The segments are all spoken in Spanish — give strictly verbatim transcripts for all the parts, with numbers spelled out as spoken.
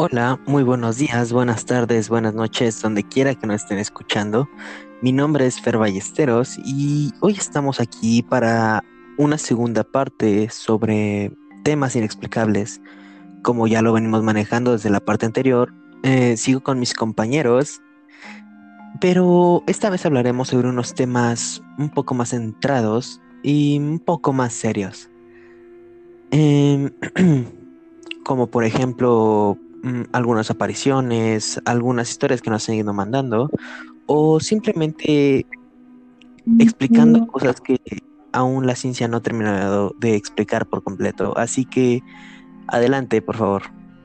Hola, muy buenos días, buenas tardes, buenas noches, donde quiera que nos estén escuchando. Mi nombre es Fer Ballesteros y hoy estamos aquí para una segunda parte sobre temas inexplicables. Como ya lo venimos manejando desde la parte anterior, eh, sigo con mis compañeros, pero esta vez hablaremos sobre unos temas un poco más centrados y un poco más serios. Em, como por ejemplo mm, algunas apariciones, algunas historias que nos han ido mandando, o simplemente explicando cosas que aún la ciencia no ha terminado de explicar por completo. Así que adelante, por favor.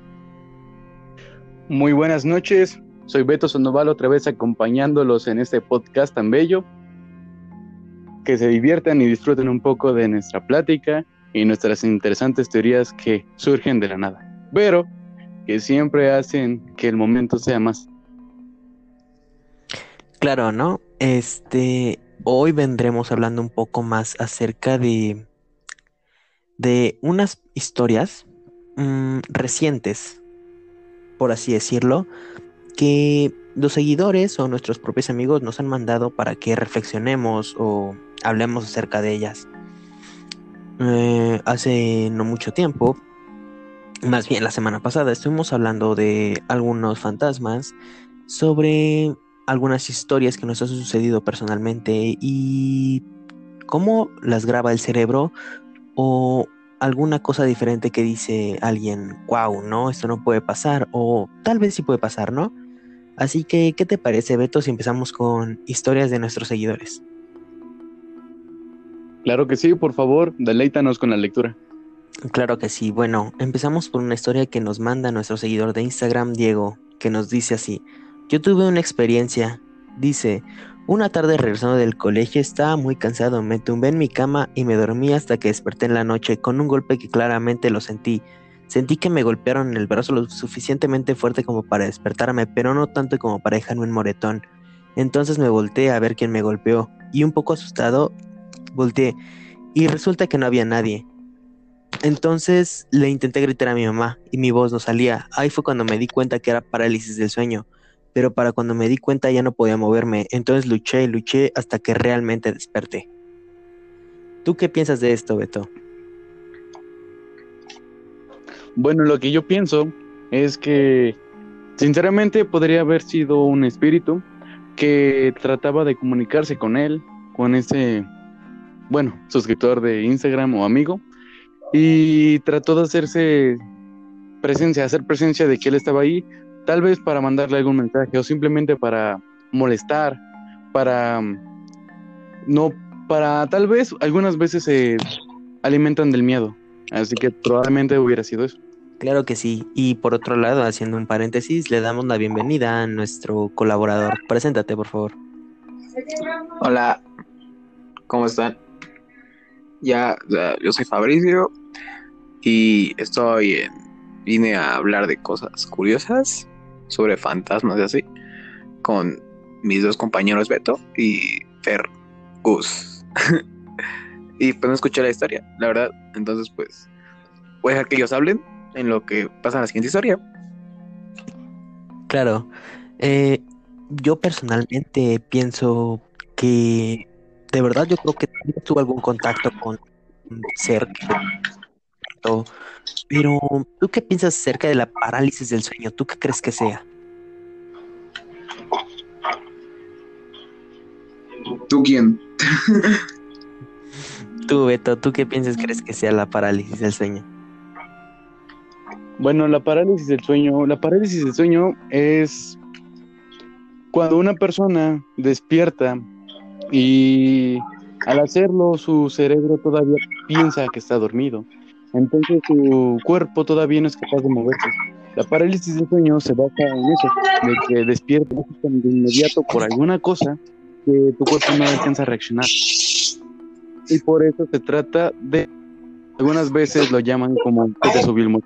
Muy buenas noches, soy Beto Sandoval otra vez acompañándolos en este podcast tan bello. Que se diviertan y disfruten un poco de nuestra plática y nuestras interesantes teorías que surgen de la nada, pero que siempre hacen que el momento sea más. Claro, ¿no? Este, hoy vendremos hablando un poco más acerca de, de unas historias mm, recientes, por así decirlo, que los seguidores o nuestros propios amigos nos han mandado para que reflexionemos o hablemos acerca de ellas. Eh, hace no mucho tiempo, más bien la semana pasada, estuvimos hablando de algunos fantasmas, sobre algunas historias que nos han sucedido personalmente y cómo las graba el cerebro o alguna cosa diferente que dice alguien, wow, no, esto no puede pasar o tal vez sí puede pasar, ¿no? Así que, ¿qué te parece, Beto, si empezamos con historias de nuestros seguidores? Claro que sí, por favor, deleítanos con la lectura. Claro que sí. Bueno, empezamos por una historia que nos manda nuestro seguidor de Instagram, Diego, que nos dice así. Yo tuve una experiencia. Dice, una tarde regresando del colegio estaba muy cansado, me tumbé en mi cama y me dormí hasta que desperté en la noche con un golpe que claramente lo sentí. Sentí que me golpearon en el brazo lo suficientemente fuerte como para despertarme, pero no tanto como para dejarme un moretón. Entonces me volteé a ver quién me golpeó y un poco asustado volteé y resulta que no había nadie. Entonces le intenté gritar a mi mamá y mi voz no salía. Ahí fue cuando me di cuenta que era parálisis del sueño. Pero para cuando me di cuenta ya no podía moverme. Entonces luché y luché hasta que realmente desperté. ¿Tú qué piensas de esto, Beto? Bueno, lo que yo pienso es que sinceramente podría haber sido un espíritu que trataba de comunicarse con él, con ese, bueno, suscriptor de Instagram o amigo, y trató de hacerse presencia, hacer presencia de que él estaba ahí, tal vez para mandarle algún mensaje o simplemente para molestar, para no, para tal vez algunas veces se alimentan del miedo, así que probablemente hubiera sido eso. Claro que sí. Y por otro lado, haciendo un paréntesis, le damos la bienvenida a nuestro colaborador. Preséntate, por favor. Hola, ¿cómo están? Ya, ya, yo soy Fabricio y estoy en, vine a hablar de cosas curiosas sobre fantasmas y así con mis dos compañeros Beto y Fer Gus. Y pues no escuché la historia, la verdad. Entonces pues voy a dejar que ellos hablen en lo que pasa en la siguiente historia. Claro. eh, yo personalmente pienso que de verdad yo creo que tuvo algún contacto con un ser que pero, ¿tú qué piensas acerca de la parálisis del sueño? ¿Tú qué crees que sea? ¿Tú quién? Tú, Beto, ¿tú qué piensas crees que sea la parálisis del sueño? Bueno, la parálisis del sueño, la parálisis del sueño es cuando una persona despierta y al hacerlo su cerebro todavía piensa que está dormido, entonces su cuerpo todavía no es capaz de moverse. La parálisis del sueño se basa en eso, de que despiertas de inmediato por alguna cosa que tu cuerpo no alcanza a reaccionar. Y por eso se trata de, algunas veces lo llaman como que te subió el muerto.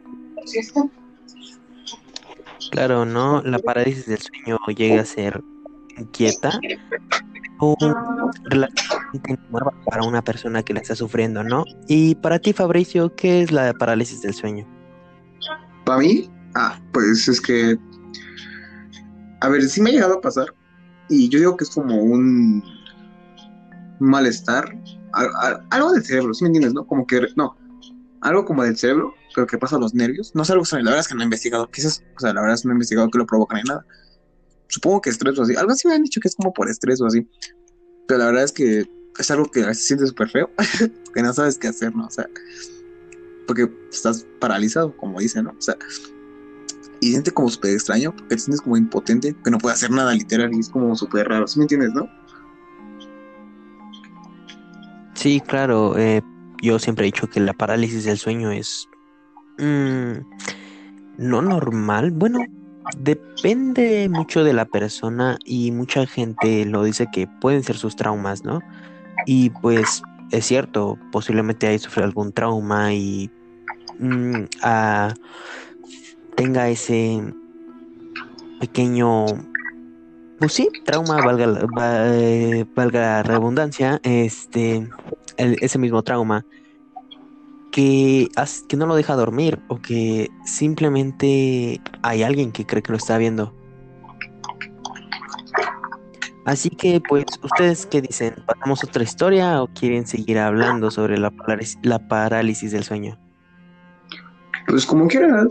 Claro, ¿no? La parálisis del sueño llega a ser inquieta o relativamente nueva para una persona que la está sufriendo, ¿no? Y para ti, Fabricio, ¿qué es la parálisis del sueño? Para mí, Ah, pues es que, a ver, sí me ha llegado a pasar y yo digo que es como un malestar, a- a- algo del cerebro, ¿sí me entiendes, no? Como que, no, algo como del cerebro, pero que pasa a los nervios. No sé algo, la verdad es que no he investigado qué es eso, o sea, la verdad es que no he investigado qué lo provoca ni nada. Supongo que estrés o así, algo así me han dicho que es como por estrés o así, pero la verdad es que es algo que a veces sientes súper feo, que no sabes qué hacer, ¿no? O sea, porque estás paralizado, como dicen, ¿no? O sea, y sientes como súper extraño, porque te sientes como impotente, que no puedes hacer nada literal y es como súper raro, ¿sí me entiendes, no? Sí, claro, eh, yo siempre he dicho que la parálisis del sueño es mm, no normal. Bueno, depende mucho de la persona y mucha gente lo dice que pueden ser sus traumas, ¿no? Y pues es cierto, posiblemente ahí sufre algún trauma y mm, ah, tenga ese pequeño, pues sí, trauma, valga, la- va- eh, valga la redundancia, este, el- ese mismo trauma que, has- que no lo deja dormir o que simplemente hay alguien que cree que lo está viendo. Así que, pues, ¿ustedes qué dicen? ¿Pasamos a otra historia o quieren seguir hablando sobre la, polaris- la parálisis del sueño? Pues como quieras.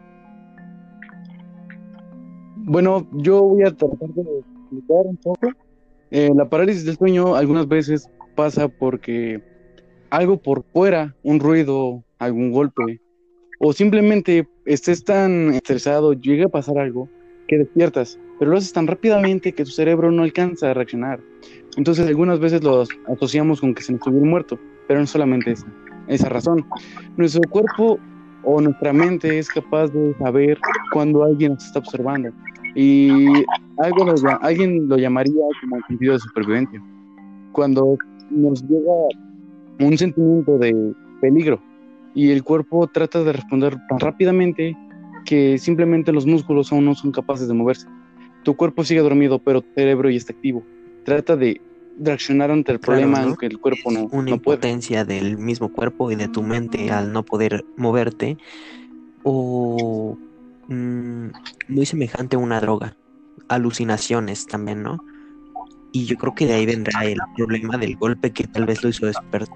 Bueno, yo voy a tratar de explicar un poco. Eh, la parálisis del sueño algunas veces pasa porque algo por fuera, un ruido, algún golpe, o simplemente estés tan estresado, llega a pasar algo, que despiertas, pero lo haces tan rápidamente que tu cerebro no alcanza a reaccionar. Entonces algunas veces lo asociamos con que se nos subió un muerto, pero no solamente esa, esa razón. Nuestro cuerpo o nuestra mente es capaz de saber cuando alguien nos está observando. Y algo lo lla- alguien lo llamaría como el sentido de supervivencia. Cuando nos llega un sentimiento de peligro y el cuerpo trata de responder tan rápidamente que simplemente los músculos aún no son capaces de moverse. Tu cuerpo sigue dormido, pero tu cerebro ya está activo. Trata de reaccionar ante el Claro, problema ¿no? aunque el cuerpo Es no, una no puede. impotencia del mismo cuerpo y de tu mente al no poder moverte o mm, muy semejante a una droga. Alucinaciones también, ¿no? Y yo creo que de ahí vendrá el problema del golpe que tal vez lo hizo despertar.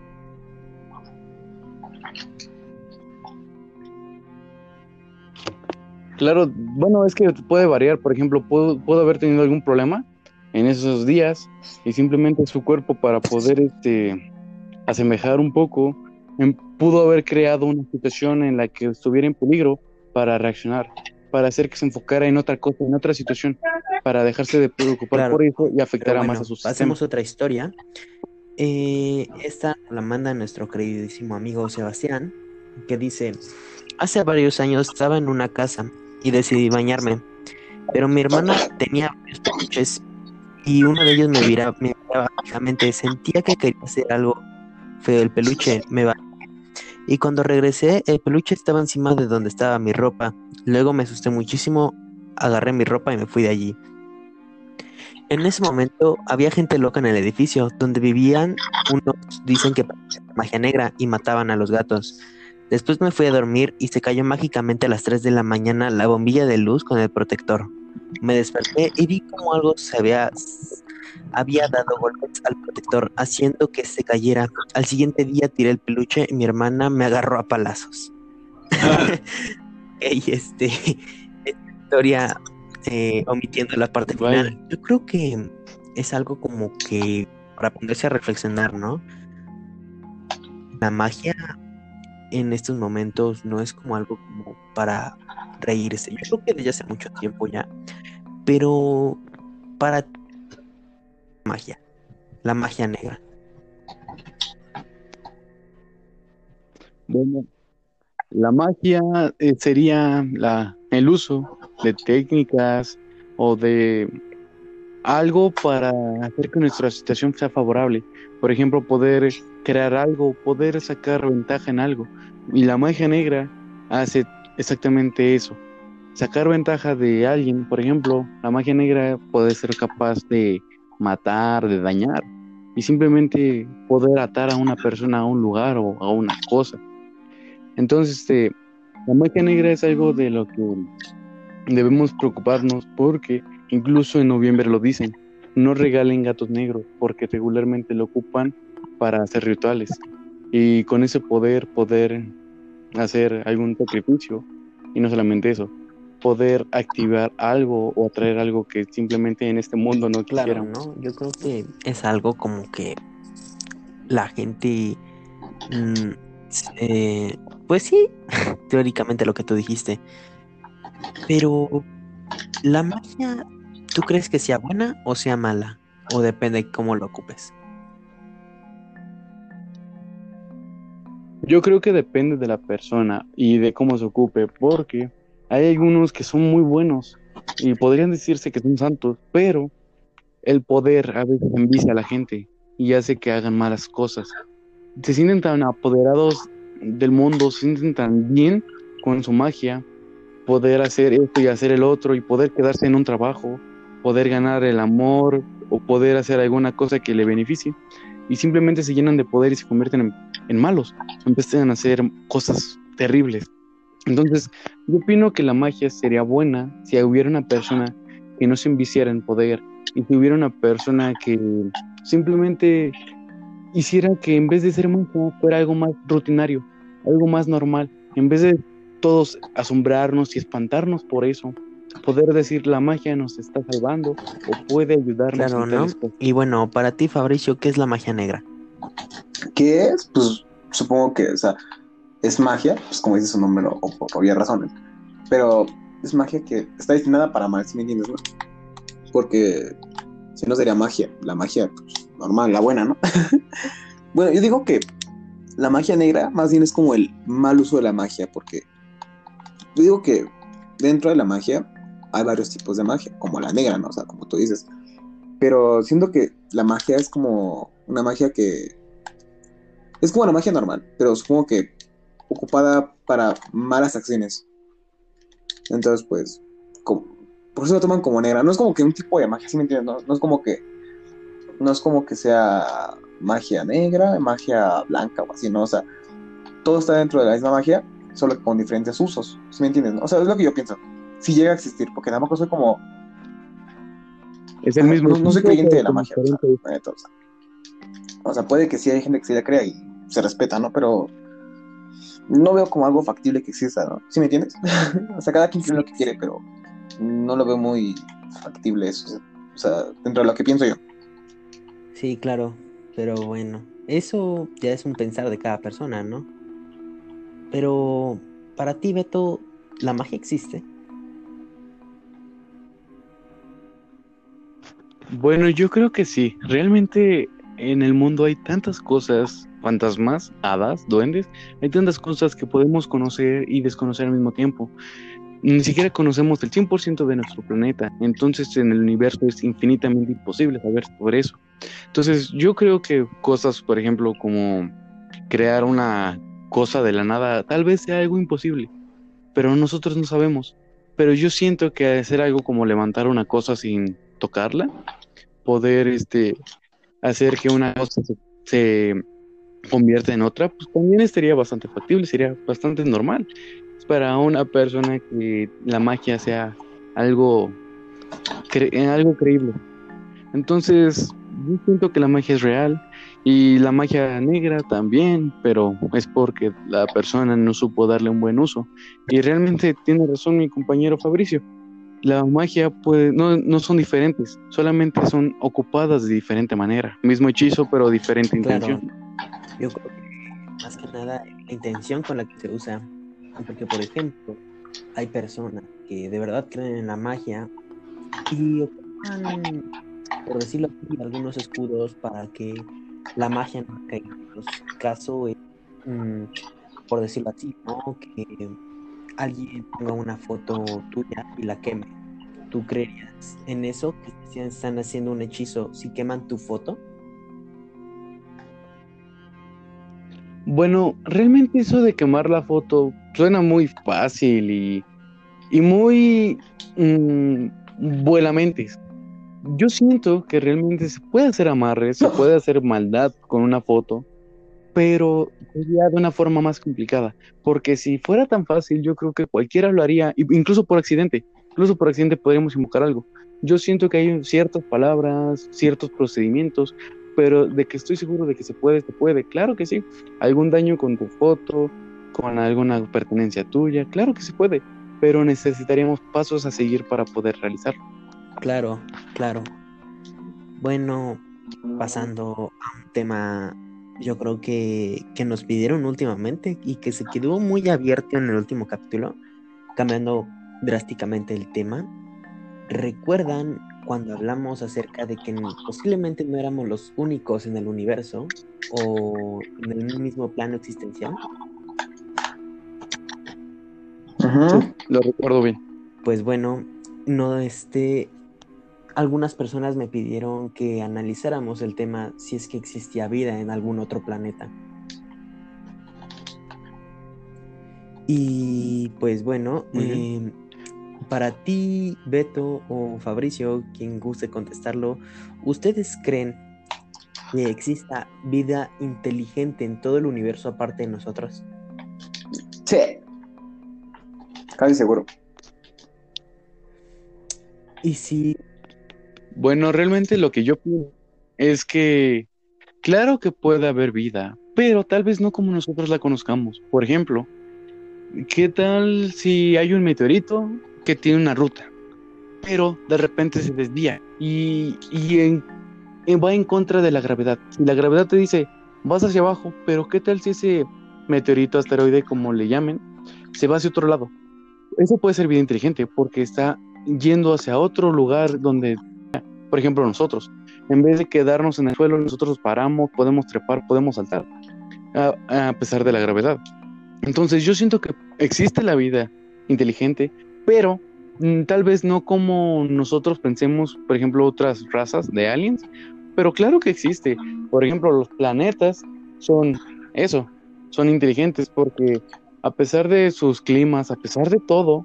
Claro, bueno, es que puede variar. Por ejemplo, puedo, puedo haber tenido algún problema en esos días y simplemente su cuerpo para poder este, asemejar un poco, em, pudo haber creado una situación en la que estuviera en peligro para reaccionar, para hacer que se enfocara en otra cosa, en otra situación, para dejarse de preocupar Claro, por eso y pero afectara más a bueno, su sistema. pasemos a otra historia. Eh, esta la manda nuestro queridísimo amigo Sebastián, que dice, hace varios años estaba en una casa y decidí bañarme, pero mi hermana tenía varios peluches y uno de ellos me mira- me miraba fijamente, sentía que quería hacer algo feo el peluche, me va. Y cuando regresé, el peluche estaba encima de donde estaba mi ropa. Luego me asusté muchísimo, agarré mi ropa y me fui de allí. En ese momento había gente loca en el edificio, donde vivían unos, dicen que practicaban magia negra y mataban a los gatos. Después me fui a dormir y se cayó mágicamente a las tres de la mañana la bombilla de luz con el protector. Me desperté y vi como algo se había, había dado golpes al protector, haciendo que se cayera. Al siguiente día tiré el peluche y mi hermana me agarró a palazos. Y este, esta historia, eh, omitiendo la parte Vaya, final, yo creo que es algo como que para ponerse a reflexionar, ¿no? La magia en estos momentos no es como algo como para reírse. Yo creo que desde hace mucho tiempo ya, pero para ti, magia, la magia negra. bueno, la magia eh, sería la, el uso de técnicas o de algo para hacer que nuestra situación sea favorable. Por ejemplo, poder crear algo, poder sacar ventaja en algo. Y la magia negra hace exactamente eso. Sacar ventaja de alguien, por ejemplo, la magia negra puede ser capaz de matar, de dañar, y simplemente poder atar a una persona a un lugar o a una cosa. Entonces, este, La magia negra es algo de lo que debemos preocuparnos porque incluso en noviembre lo dicen, no regalen gatos negros porque regularmente lo ocupan para hacer rituales y con ese poder poder hacer algún sacrificio y no solamente eso, poder activar algo o atraer algo que simplemente en este mundo no Claro, quisiéramos. ¿no? Yo creo que es algo como que la gente, mm, eh, pues sí, teóricamente lo que tú dijiste, pero la magia, ¿tú crees que sea buena o sea mala? O depende de cómo lo ocupes. Yo creo que depende de la persona y de cómo se ocupe, porque hay algunos que son muy buenos y podrían decirse que son santos, pero el poder a veces envicia a la gente y hace que hagan malas cosas. Se sienten tan apoderados del mundo, se sienten tan bien con su magia, poder hacer esto y hacer el otro y poder quedarse en un trabajo, poder ganar el amor o poder hacer alguna cosa que le beneficie y simplemente se llenan de poder y se convierten en, en malos, empiezan a hacer cosas terribles. Entonces, yo opino que la magia sería buena si hubiera una persona que no se enviciara en poder y si hubiera una persona que simplemente hiciera que en vez de ser magia fuera algo más rutinario, algo más normal, en vez de todos asombrarnos y espantarnos por eso, poder decir la magia nos está salvando o puede ayudarnos Claro, en ¿no? tales cosas. Y bueno, para ti, Fabricio, ¿qué es la magia negra? ¿Qué es? Pues supongo que, o sea, es magia, pues como dice su nombre, o o por obvias razones, pero es magia que está destinada para mal, si me entiendes, ¿no? Porque si no sería magia, la magia pues, normal, la buena, ¿no? Bueno, yo digo que la magia negra más bien es como el mal uso de la magia, porque yo digo que dentro de la magia hay varios tipos de magia, como la negra, ¿no? O sea, como tú dices, pero siento que la magia es como una magia que es como la magia normal, pero supongo que ocupada para malas acciones. Entonces, pues, como- por eso lo toman como negra. No es como que un tipo de magia, ¿sí me entiendes? No, no es como que, no es como que sea magia negra, magia blanca o así, ¿no? O sea, todo está dentro de la misma magia, solo que con diferentes usos, ¿sí me entiendes? ¿No? O sea, es lo que yo pienso. Si llega a existir, porque tampoco soy como, Es el mismo no, no soy tipo, creyente pero de la con magia, o sea, diferentes. la neta, o sea, o sea, puede que sí hay gente que sí la crea y se respeta, ¿no? Pero no veo como algo factible que exista, ¿no? ¿Sí me entiendes? O sea, cada quien cree lo que quiere, pero no lo veo muy factible eso. O sea, dentro de lo que pienso yo. Sí, claro, pero bueno, eso ya es un pensar de cada persona, ¿no? Pero para ti, Beto, ¿la magia existe? Bueno, yo creo que sí. Realmente en el mundo hay tantas cosas, fantasmas, hadas, duendes, hay tantas cosas que podemos conocer y desconocer al mismo tiempo. Ni siquiera conocemos el cien por ciento de nuestro planeta, entonces en el universo es infinitamente imposible saber sobre eso. Entonces yo creo que cosas, por ejemplo, como crear una cosa de la nada, tal vez sea algo imposible, pero nosotros no sabemos. Pero yo siento que hacer algo como levantar una cosa sin tocarla, poder este, hacer que una cosa se, se convierta en otra, pues también estaría bastante factible, sería bastante normal. Es para una persona que la magia sea algo, cre- algo creíble. Entonces, yo siento que la magia es real y la magia negra también, pero es porque la persona no supo darle un buen uso. Y realmente tiene razón mi compañero Fabricio. La magia puede, no, no son diferentes, solamente son ocupadas de diferente manera. Mismo hechizo, pero diferente Claro, intención. yo creo que más que nada la intención con la que se usa, porque por ejemplo, hay personas que de verdad creen en la magia y ocupan, por decirlo así, algunos escudos para que la magia no caiga. Pues, caso es, mm, por decirlo así, ¿no? Que alguien ponga una foto tuya y la queme. ¿Tú creerías en eso? Que si están haciendo un hechizo, si queman tu foto. Bueno, realmente eso de quemar la foto suena muy fácil y, y muy mm, vuelamentes. Yo siento que realmente se puede hacer amarres, se puede hacer maldad con una foto, pero sería de una forma más complicada, porque si fuera tan fácil, yo creo que cualquiera lo haría, i- incluso por accidente, incluso por accidente podríamos invocar algo. Yo siento que hay ciertas palabras, ciertos procedimientos, pero de que estoy seguro de que se puede, se puede, claro que sí. Algún daño con tu foto, con alguna pertenencia tuya, claro que se puede, pero necesitaríamos pasos a seguir para poder realizarlo. Claro, claro. Bueno, pasando a un tema, yo creo que, que nos pidieron últimamente y que se quedó muy abierto en el último capítulo, cambiando drásticamente el tema. ¿Recuerdan cuando hablamos acerca de que n- posiblemente no éramos los únicos en el universo o en el mismo plano existencial? Sí, Ujú. lo recuerdo bien. Pues bueno, no este, algunas personas me pidieron que analizáramos el tema si es que existía vida en algún otro planeta. Y pues bueno, Muy bien. em, para ti, Beto o Fabricio, quien guste contestarlo, ¿ustedes creen que exista vida inteligente en todo el universo aparte de nosotros? Sí, casi seguro. Y si, Bueno, realmente lo que yo pienso es que, claro que puede haber vida, pero tal vez no como nosotros la conozcamos. Por ejemplo, ¿qué tal si hay un meteorito que tiene una ruta, pero de repente se desvía y, y en- en- va en contra de la gravedad? Si la gravedad te dice, vas hacia abajo, pero ¿qué tal si ese meteorito, asteroide, como le llamen, se va hacia otro lado? Eso puede ser vida inteligente porque está yendo hacia otro lugar donde, por ejemplo, nosotros, en vez de quedarnos en el suelo, nosotros paramos, podemos trepar, podemos saltar, a, a pesar de la gravedad. Entonces yo siento que existe la vida inteligente, pero mm, tal vez no como nosotros pensemos, por ejemplo, otras razas de aliens, pero claro que existe. Por ejemplo, los planetas son eso, son inteligentes porque a pesar de sus climas, a pesar de todo,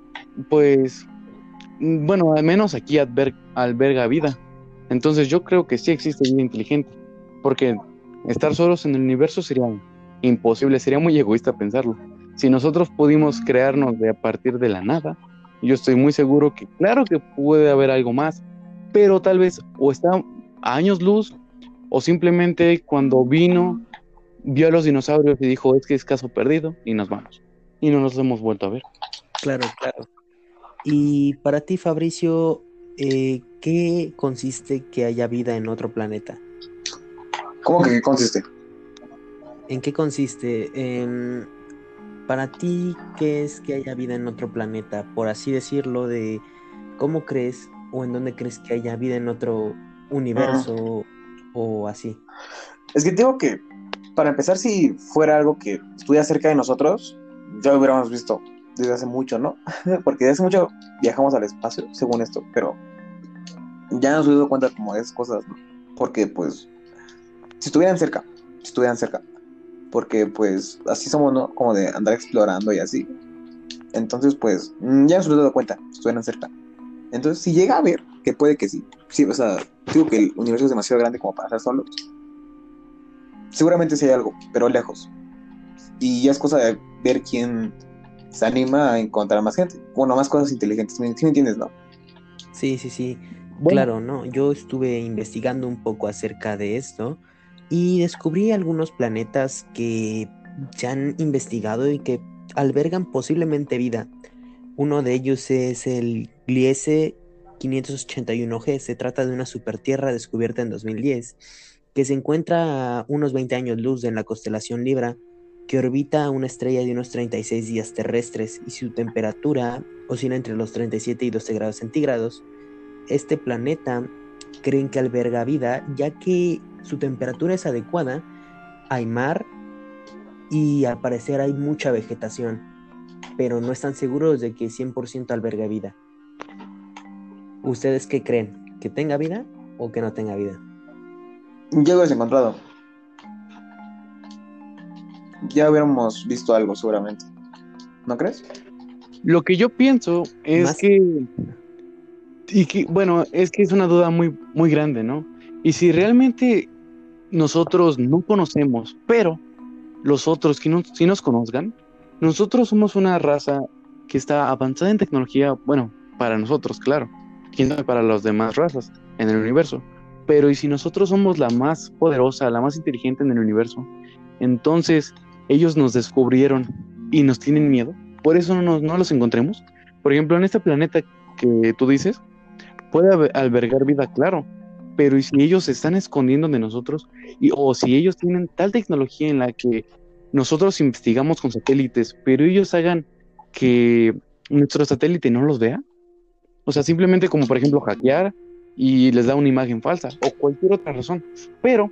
pues, mm, bueno, al menos aquí adver- alberga vida. Entonces yo creo que sí existe vida inteligente, porque estar solos en el universo sería imposible, sería muy egoísta pensarlo. Si nosotros pudimos crearnos de a partir de la nada, yo estoy muy seguro que claro que puede haber algo más, pero tal vez o está a años luz, o simplemente cuando vino, vio a los dinosaurios y dijo, es que es caso perdido, y nos vamos. Y no nos hemos vuelto a ver. claro, claro. Y para ti, Fabricio, eh, ¿qué consiste que haya vida en otro planeta? ¿Cómo que qué consiste? ¿En qué consiste? En, para ti, ¿qué es que haya vida en otro planeta? Por así decirlo, de cómo crees o en dónde crees que haya vida en otro Mm, universo o así. Es que digo que, para empezar, si fuera algo que estuviera cerca de nosotros, ya lo hubiéramos visto desde hace mucho, ¿no? Porque desde hace mucho viajamos al espacio, según esto, pero ya nos hemos dado cuenta como de esas cosas, ¿no? Porque, pues, si estuvieran cerca, si estuvieran cerca, porque, pues, así somos, ¿no? Como de andar explorando y así. Entonces, pues, mm, ya nos hemos dado cuenta, si estuvieran cerca. Entonces, si llega a ver, que puede que sí, sí, o sea, digo que el universo es demasiado grande como para estar solos, seguramente sí hay algo, pero lejos. Y ya es cosa de ver quién se anima a encontrar más gente. Bueno, más cosas inteligentes. ¿Sí me, sí me entiendes, no? Sí, sí, sí, Bueno, claro, ¿no? Yo estuve investigando un poco acerca de esto y descubrí algunos planetas que se han investigado y que albergan posiblemente vida. Uno de ellos es el Gliese quinientos ochenta y uno G. Se trata de una supertierra descubierta en dos mil diez, que se encuentra a unos veinte años luz en la constelación Libra, que orbita una estrella de unos treinta y seis días terrestres y su temperatura oscila entre los treinta y siete y doce grados centígrados. Este planeta creen que alberga vida, ya que su temperatura es adecuada, hay mar y al parecer hay mucha vegetación, pero no están seguros de que cien por ciento alberga vida. ¿Ustedes qué creen? ¿Que tenga vida o que no tenga vida? Ya lo hubieras encontrado. Ya hubiéramos visto algo, seguramente. ¿No crees? lo que yo pienso es Más, que, y que, bueno, es que es una duda muy, muy grande, ¿no? Y si realmente nosotros no conocemos, pero los otros que no, sí nos conozcan, nosotros somos una raza que está avanzada en tecnología, bueno, para nosotros, claro, quién sabe para las demás razas en el universo, pero ¿y si nosotros somos la más poderosa, la más inteligente en el universo? Entonces ellos nos descubrieron y nos tienen miedo, por eso no, nos, no los encontremos. Por ejemplo, en este planeta que tú dices, puede albe- albergar vida, claro, pero ¿y si ellos se están escondiendo de nosotros? Y, o si ellos tienen tal tecnología en la que nosotros investigamos con satélites, pero ellos hagan que nuestro satélite no los vea. O sea, simplemente como por ejemplo hackear y les da una imagen falsa o cualquier otra razón. Pero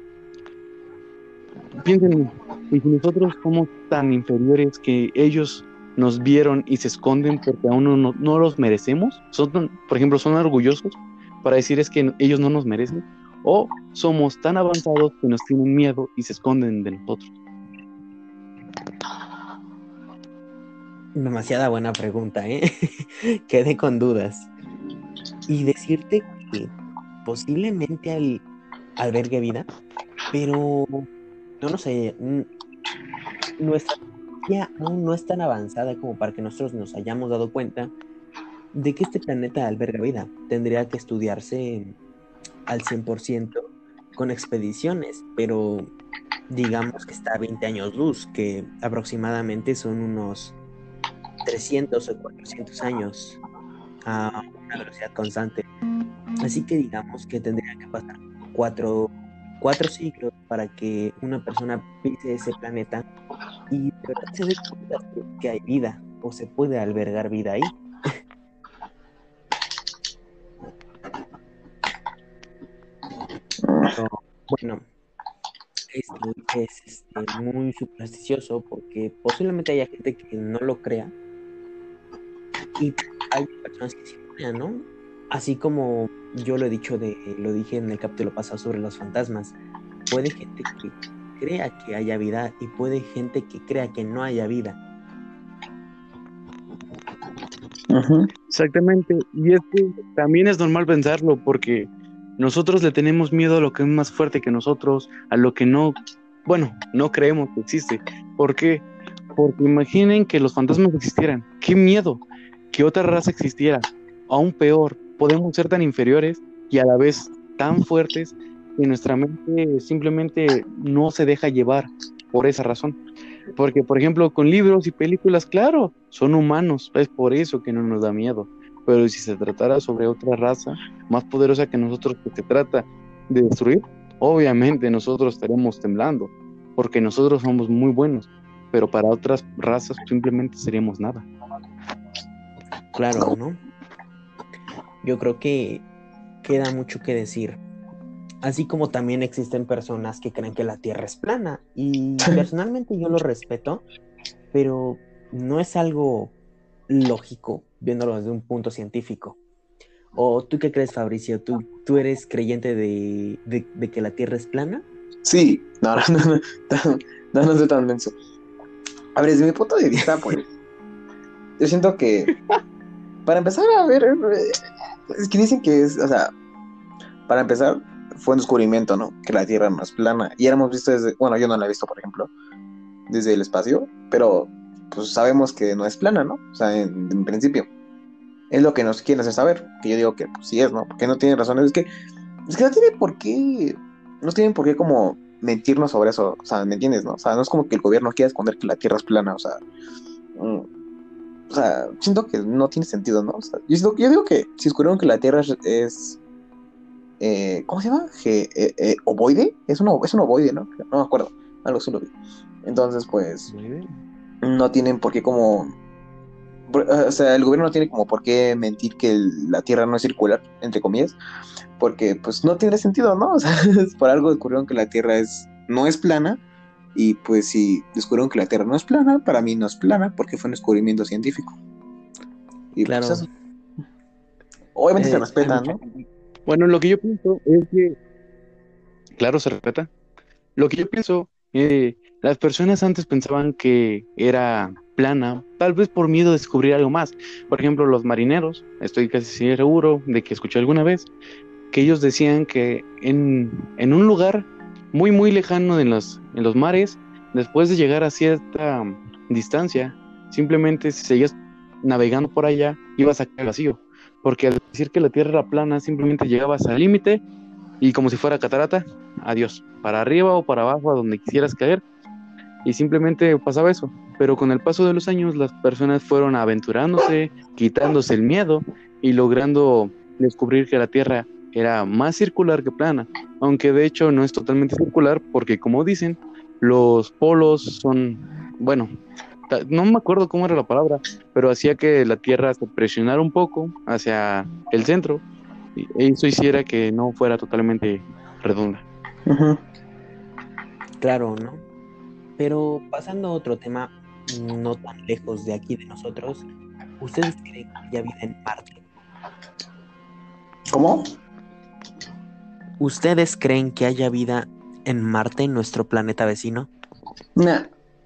piensen, y si nosotros somos tan inferiores que ellos nos vieron y se esconden porque aún no, no, no los merecemos, son tan- por ejemplo, son orgullosos para decir es que ellos no nos merecen, o somos tan avanzados que nos tienen miedo y se esconden de nosotros. Demasiada buena pregunta, ¿eh? Quedé con dudas. Y decirte que posiblemente al, albergue vida, pero no lo sé. n- Nuestra tecnología aún no es tan avanzada como para que nosotros nos hayamos dado cuenta de que este planeta alberga vida. Tendría que estudiarse al cien por ciento con expediciones, pero digamos que está a veinte años luz, que aproximadamente son unos trescientos o cuatrocientos años a una velocidad constante. Así que digamos que tendría que pasar cuatro, cuatro siglos para que una persona pise ese planeta y de verdad se dé cuenta de que hay vida o se puede albergar vida ahí. Pero bueno, esto es este, muy supersticioso porque posiblemente haya gente que no lo crea y hay personas que sí lo crean, ¿no? Así como yo lo he dicho de, lo dije en el capítulo pasado sobre los fantasmas, puede gente que crea que haya vida y puede gente que crea que no haya vida. Ujú. Exactamente, y es que también es normal pensarlo porque nosotros le tenemos miedo a lo que es más fuerte que nosotros, a lo que no, bueno, no creemos que existe. ¿Por qué? Porque imaginen que los fantasmas existieran. ¡Qué miedo! Que otra raza existiera. Aún peor, podemos ser tan inferiores y a la vez tan fuertes que nuestra mente simplemente no se deja llevar por esa razón. Porque, por ejemplo, con libros y películas, claro, son humanos, es por eso que no nos da miedo. Pero si se tratara sobre otra raza más poderosa que nosotros que se trata de destruir, obviamente nosotros estaremos temblando, porque nosotros somos muy buenos, pero para otras razas simplemente seríamos nada. Claro, ¿no? Yo creo que queda mucho que decir. Así como también existen personas que creen que la Tierra es plana. Y personalmente yo lo respeto, pero no es algo lógico viéndolo desde un punto científico. ¿O tú qué crees, Fabricio? ¿Tú, tú eres creyente de, de, de que la Tierra es plana? Sí, no, no, no, no, no, no soy tan denso. A ver, desde mi punto de vista, pues, yo siento que, para empezar a ver, eh, es que dicen que es, o sea, para empezar, fue un descubrimiento, ¿no? Que la Tierra no es plana. Y ya la hemos visto desde, bueno, yo no la he visto, por ejemplo, desde el espacio, pero pues sabemos que no es plana, ¿no? O sea, en, en principio. Es lo que nos quieren hacer saber, que yo digo que pues sí es, ¿no? Porque no tiene razones, es que, es que no tiene por qué, no tienen por qué como mentirnos sobre eso, o sea, ¿me entiendes, no? O sea, no es como que el gobierno quiera esconder que la Tierra es plana, o sea, mm, o sea, siento que no tiene sentido, ¿no? O sea, yo, siento- yo digo que si descubrieron que la Tierra es, es, eh, ¿cómo se llama? Ge- eh, eh, ¿ovoide? Es un, o- es un ovoide, ¿no? No me acuerdo, algo así lo vi. Entonces, pues, Muy bien. no tienen por qué como por- o sea, el gobierno no tiene como por qué mentir que el- la Tierra no es circular, entre comillas, porque pues no tiene sentido, ¿no? O sea, por algo descubrieron que la Tierra es, no es plana, y pues si descubrieron que la Tierra no es plana, para mí no es plana, porque fue un descubrimiento científico. Y pues Claro, eso, obviamente se eh, hay respeta, mucha ¿no? gente. Bueno, lo que yo pienso es que, claro, se respeta. Lo que yo pienso, eh, las personas antes pensaban que era plana, tal vez por miedo a descubrir algo más. Por ejemplo, los marineros, estoy casi seguro de que escuché alguna vez que ellos decían que en, en un lugar muy, muy lejano en los, en los mares, después de llegar a cierta distancia, simplemente si seguías navegando por allá, ibas a caer vacío, porque al decir que la Tierra era plana, simplemente llegabas al límite y como si fuera catarata, adiós, para arriba o para abajo, a donde quisieras caer, y simplemente pasaba eso. Pero con el paso de los años, las personas fueron aventurándose, quitándose el miedo y logrando descubrir que la Tierra era más circular que plana, aunque de hecho no es totalmente circular, porque como dicen, los polos son, bueno, ta- no me acuerdo cómo era la palabra, pero hacía que la Tierra se presionara un poco hacia el centro, y eso hiciera que no fuera totalmente redonda. Ujú. Claro, ¿no? Pero pasando a otro tema, no tan lejos de aquí de nosotros, ¿ustedes creen que haya vida en Marte? ¿Cómo? ¿Ustedes creen que haya vida en Marte, en nuestro planeta vecino? Nah,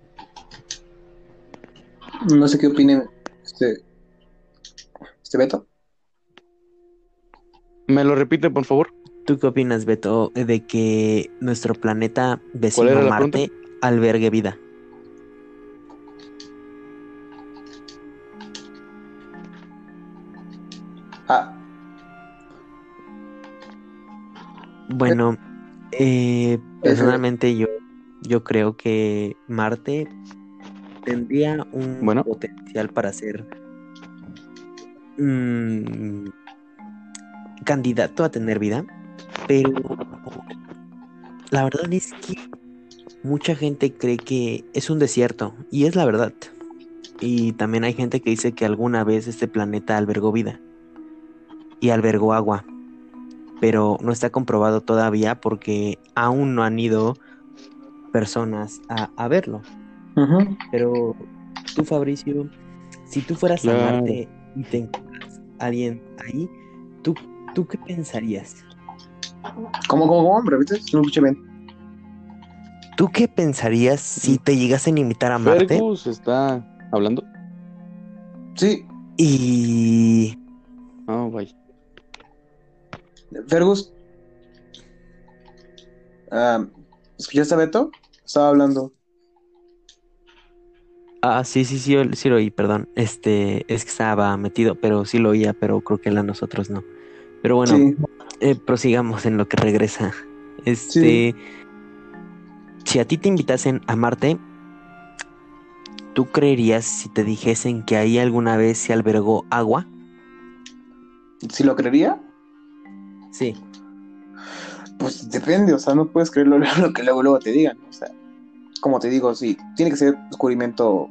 no sé qué opinen este, este Beto. ¿Me lo repite, por favor? ¿Tú qué opinas, Beto, de que nuestro planeta ¿Cuál vecino era la pregunta? Marte albergue vida? Ah, Bueno, eh, ese, personalmente yo, yo creo que Marte tendría un Bueno, potencial para ser mm, candidato a tener vida, pero la verdad es que mucha gente cree que es un desierto, y es la verdad. Y también hay gente que dice que alguna vez este planeta albergó vida y albergó agua, pero no está comprobado todavía porque aún no han ido personas a, a verlo. ujú. Pero tú, Fabricio, si tú fueras a claro. Marte y te encuentras a alguien ahí, ¿tú, tú qué pensarías? ¿Cómo, cómo, cómo? ¿Me repites? No escuché bien. ¿Tú qué pensarías si te llegasen a invitar a Marte Fergus está hablando. Sí, y... Oh, vaya. Fergus, ah, ¿escuchaste a Beto? Estaba hablando. Ah, sí, sí, sí, sí lo oí, perdón. Este, es que estaba metido, pero sí lo oía, pero creo que la nosotros no. Pero bueno, Sí, eh, prosigamos en lo que regresa. sí. Este, si a ti te invitasen a Marte, ¿tú creerías si te dijesen que ahí alguna vez se albergó agua? ¿Sí lo creería? Sí, Pues depende, o sea, no puedes creer lo, lo que luego, luego te digan. O sea, como te digo, sí, tiene que ser descubrimiento,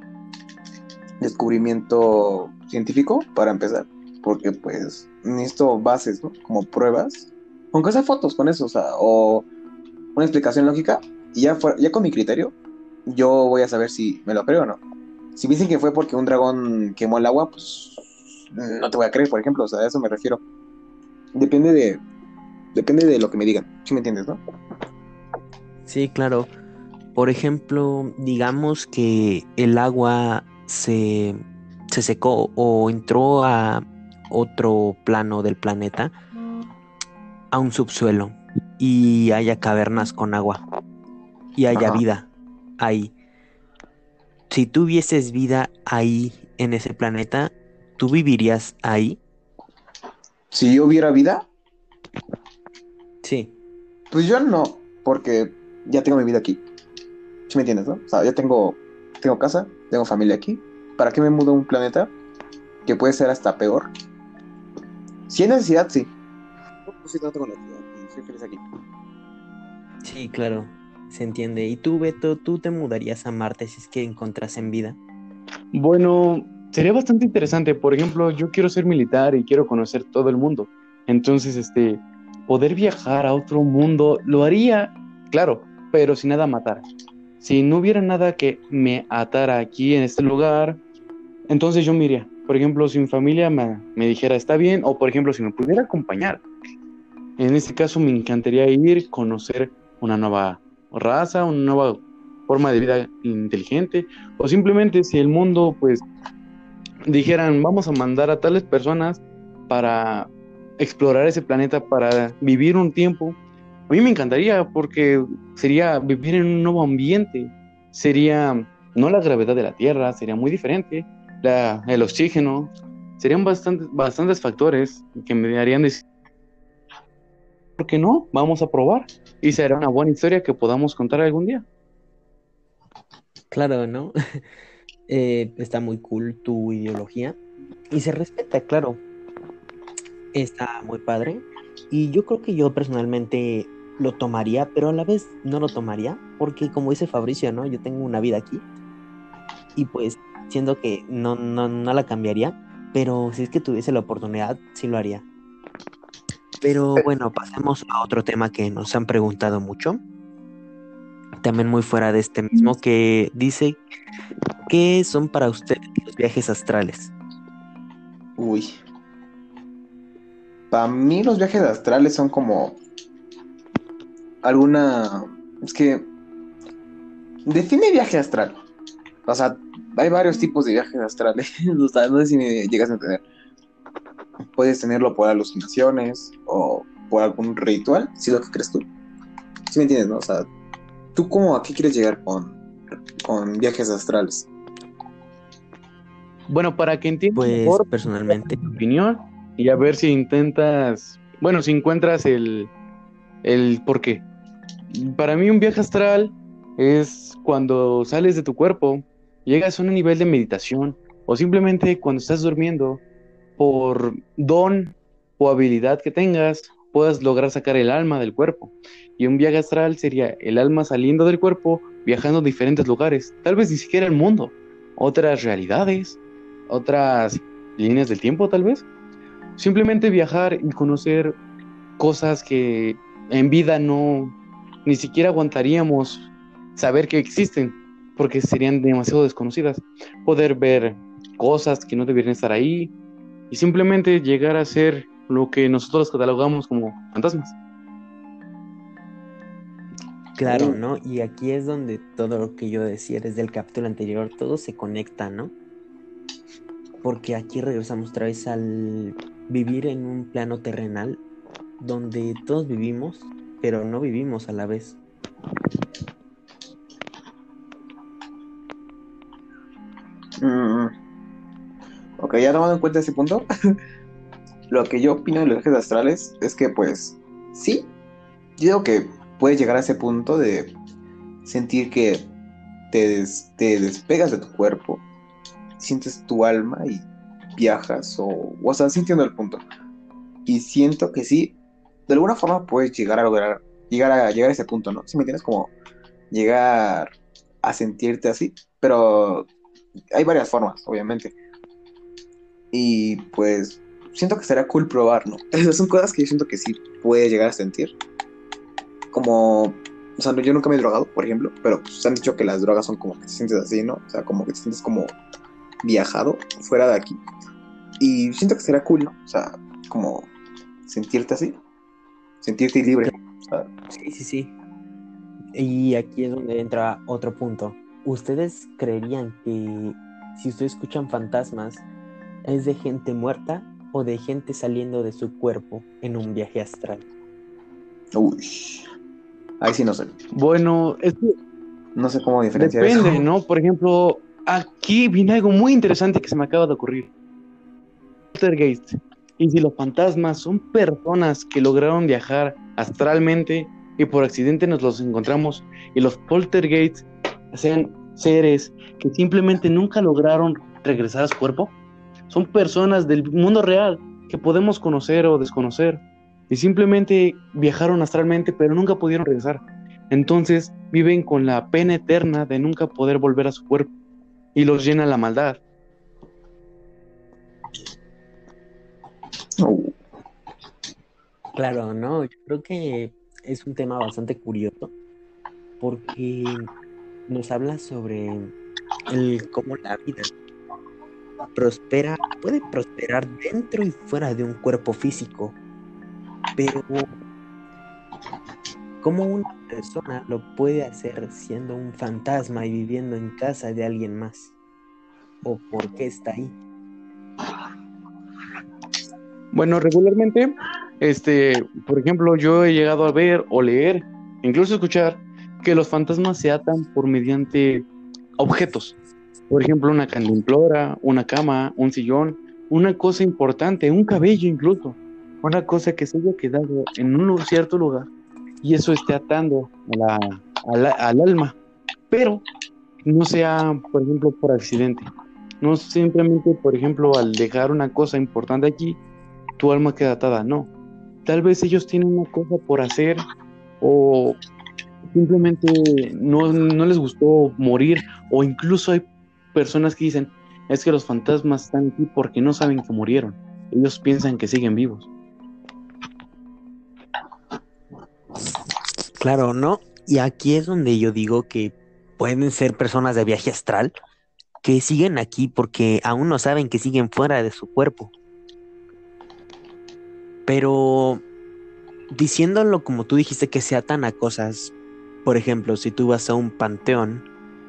descubrimiento científico para empezar, porque pues necesito bases, ¿no? Como pruebas, aunque sea fotos con eso, o sea, o una explicación lógica, y ya, fuera- ya con mi criterio, yo voy a saber si me lo creo o no. Si me dicen que fue porque un dragón quemó el agua, pues no te voy a creer, por ejemplo, o sea, a eso me refiero. Depende de, depende de lo que me digan, ¿sí me entiendes, no? sí, claro. Por ejemplo, digamos que el agua se, se secó o entró a otro plano del planeta, a un subsuelo, y haya cavernas con agua y haya Ajá. vida ahí. Si tú vieses vida ahí en ese planeta, ¿tú vivirías ahí? Si yo hubiera vida, Sí, pues yo no, porque ya tengo mi vida aquí, ¿sí me entiendes, no? O sea, ya tengo, tengo casa, tengo familia aquí. ¿Para qué me mudo a un planeta que puede ser hasta peor? Si hay necesidad, sí. No, pues sí, no tengo necesidad y soy feliz aquí. sí, claro, se entiende. ¿Y tú, Beto, tú te mudarías a Marte si es que encontrasen vida? Bueno, sería bastante interesante. Por ejemplo, yo quiero ser militar y quiero conocer todo el mundo. Entonces, este, poder viajar a otro mundo, lo haría, claro, pero sin nada matar. Si no hubiera nada que me atara aquí en este lugar, entonces yo me iría. Por ejemplo, si mi familia me, me dijera está bien, o por ejemplo, si me pudiera acompañar. En este caso me encantaría ir, conocer una nueva raza, una nueva forma de vida inteligente, o simplemente si el mundo, pues, dijeran, vamos a mandar a tales personas para explorar ese planeta, para vivir un tiempo, A mí me encantaría porque sería vivir en un nuevo ambiente, sería no la gravedad de la Tierra, sería muy diferente, la, el oxígeno, serían bastantes, bastantes factores que me harían decir, ¿por qué no? Vamos a probar y será una buena historia que podamos contar algún día. Claro, ¿no? Eh, está muy cool tu ideología y se respeta, claro, está muy padre. Y yo creo que yo personalmente lo tomaría, pero a la vez no lo tomaría, porque como dice Fabricio, ¿no? Yo tengo una vida aquí y pues siendo que no, no, no la cambiaría, pero si es que tuviese la oportunidad, sí lo haría. Pero bueno, pasemos a otro tema que nos han preguntado mucho, también muy fuera de este mismo, que dice, ¿qué son para ustedes los viajes astrales? Uy. Para mí los viajes astrales son como alguna... Es que define viaje astral. O sea, hay varios tipos de viajes astrales. O sea, no sé si me llegas a entender. Puedes tenerlo por alucinaciones o por algún ritual, si es lo que crees tú. ¿Sí me entiendes, no? O sea, ¿tú cómo a qué quieres llegar con, con viajes astrales? Bueno, para que entiendas Pues mejor personalmente, tu opinión y a ver si intentas, bueno, si encuentras el, el por qué. Para mí un viaje astral es cuando sales de tu cuerpo, llegas a un nivel de meditación o simplemente cuando estás durmiendo, por don o habilidad que tengas, puedas lograr sacar el alma del cuerpo. Y un viaje astral sería el alma saliendo del cuerpo, viajando a diferentes lugares, tal vez ni siquiera el mundo, otras realidades, otras líneas del tiempo tal vez. Simplemente viajar y conocer cosas que en vida no, ni siquiera aguantaríamos saber que existen, porque serían demasiado desconocidas. Poder ver cosas que no deberían estar ahí y simplemente llegar a ser lo que nosotros catalogamos como fantasmas. claro, ¿no? Y aquí es donde todo lo que yo decía desde el capítulo anterior, todo se conecta, ¿no? Porque aquí regresamos otra vez al vivir en un plano terrenal donde todos vivimos, pero no vivimos a la vez. Mm, ok, ya tomando en cuenta ese punto, lo que yo opino de los viajes astrales es que, pues, sí, yo digo que puedes llegar a ese punto de sentir que te, des- te despegas de tu cuerpo, sientes tu alma y viajas, o, o sea, sí entiendo el punto. Y siento que sí, de alguna forma puedes llegar a lograr, llegar a llegar a ese punto, ¿no? Si me entiendes, como llegar a sentirte así, pero hay varias formas, obviamente. Y pues siento que será cool probar, ¿no? Esas son cosas que yo siento que sí puede llegar a sentir. Como, o sea, no- yo nunca me he drogado, por ejemplo, pero pues han dicho que las drogas son como que te sientes así, ¿no? O sea, como que te sientes como viajado fuera de aquí. Y siento que será cool, ¿no? O sea, como sentirte así, sentirte libre. O sea, Sí, sí, sí. Y aquí es donde entra otro punto. ¿Ustedes creerían que si ustedes escuchan fantasmas, es de gente muerta o de gente saliendo de su cuerpo en un viaje astral? uy, ahí sí no sé. Bueno, es que No sé cómo diferenciar eso. depende, ¿no? Por ejemplo, aquí viene algo muy interesante que se me acaba de ocurrir. Poltergeist. Y si los fantasmas son personas que lograron viajar astralmente y por accidente nos los encontramos, y los poltergeists sean seres que simplemente nunca lograron regresar a su cuerpo, son personas del mundo real que podemos conocer o desconocer y simplemente viajaron astralmente pero nunca pudieron regresar. Entonces viven con la pena eterna de nunca poder volver a su cuerpo y los llena la maldad. Uh, Claro, no, yo creo que es un tema bastante curioso porque nos habla sobre el cómo la vida prospera, puede prosperar dentro y fuera de un cuerpo físico, pero cómo una persona lo puede hacer siendo un fantasma y viviendo en casa de alguien más, o por qué está ahí. Bueno, regularmente Este, por ejemplo, yo he llegado a ver o leer, incluso escuchar, que los fantasmas se atan por mediante objetos. Por ejemplo, una cantimplora, una cama, un sillón, una cosa importante, un cabello incluso, una cosa que se haya quedado en un lu- cierto lugar y eso esté atando a la- a la- al alma, pero no sea, por ejemplo, por accidente. No simplemente, por ejemplo, al dejar una cosa importante aquí, tu alma queda atada, no. Tal vez ellos tienen una cosa por hacer o simplemente no, no les gustó morir, o incluso hay personas que dicen, es que los fantasmas están aquí porque no saben que murieron, ellos piensan que siguen vivos. Claro, ¿no? Y aquí es donde yo digo que pueden ser personas de viaje astral que siguen aquí porque aún no saben que siguen fuera de su cuerpo. Pero diciéndolo como tú dijiste que se atan a cosas, por ejemplo, si tú vas a un panteón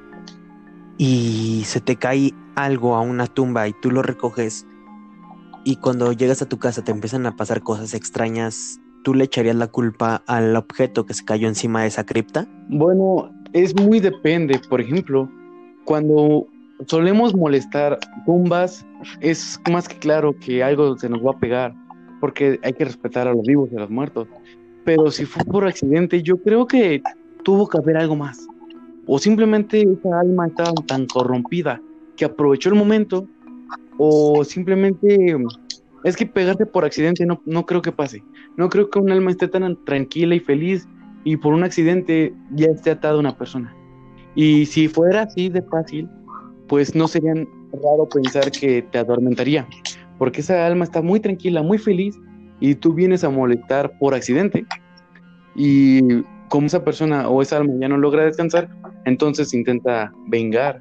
y se te cae algo a una tumba y tú lo recoges y cuando llegas a tu casa te empiezan a pasar cosas extrañas, ¿tú le echarías la culpa al objeto que se cayó encima de esa cripta? Bueno, es muy depende, por ejemplo, cuando solemos molestar tumbas, es más que claro que algo se nos va a pegar, porque hay que respetar a los vivos y a los muertos. Pero si fue por accidente, yo creo que tuvo que haber algo más. O simplemente esa alma estaba tan corrompida que aprovechó el momento, o simplemente es que pegarte por accidente no, no creo que pase. No creo que un alma esté tan tranquila y feliz y por un accidente ya esté atada a una persona. Y si fuera así de fácil, pues no sería raro pensar que te adormentaría, porque esa alma está muy tranquila, muy feliz, y tú vienes a molestar por accidente, y como esa persona o esa alma ya no logra descansar, entonces intenta vengar.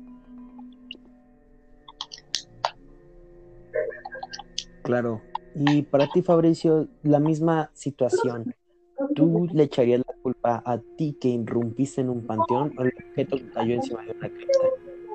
Claro. Y para ti, Fabricio, la misma situación. ¿Tú le echarías la culpa a ti que irrumpiste en un panteón o el objeto que cayó encima de una cripta?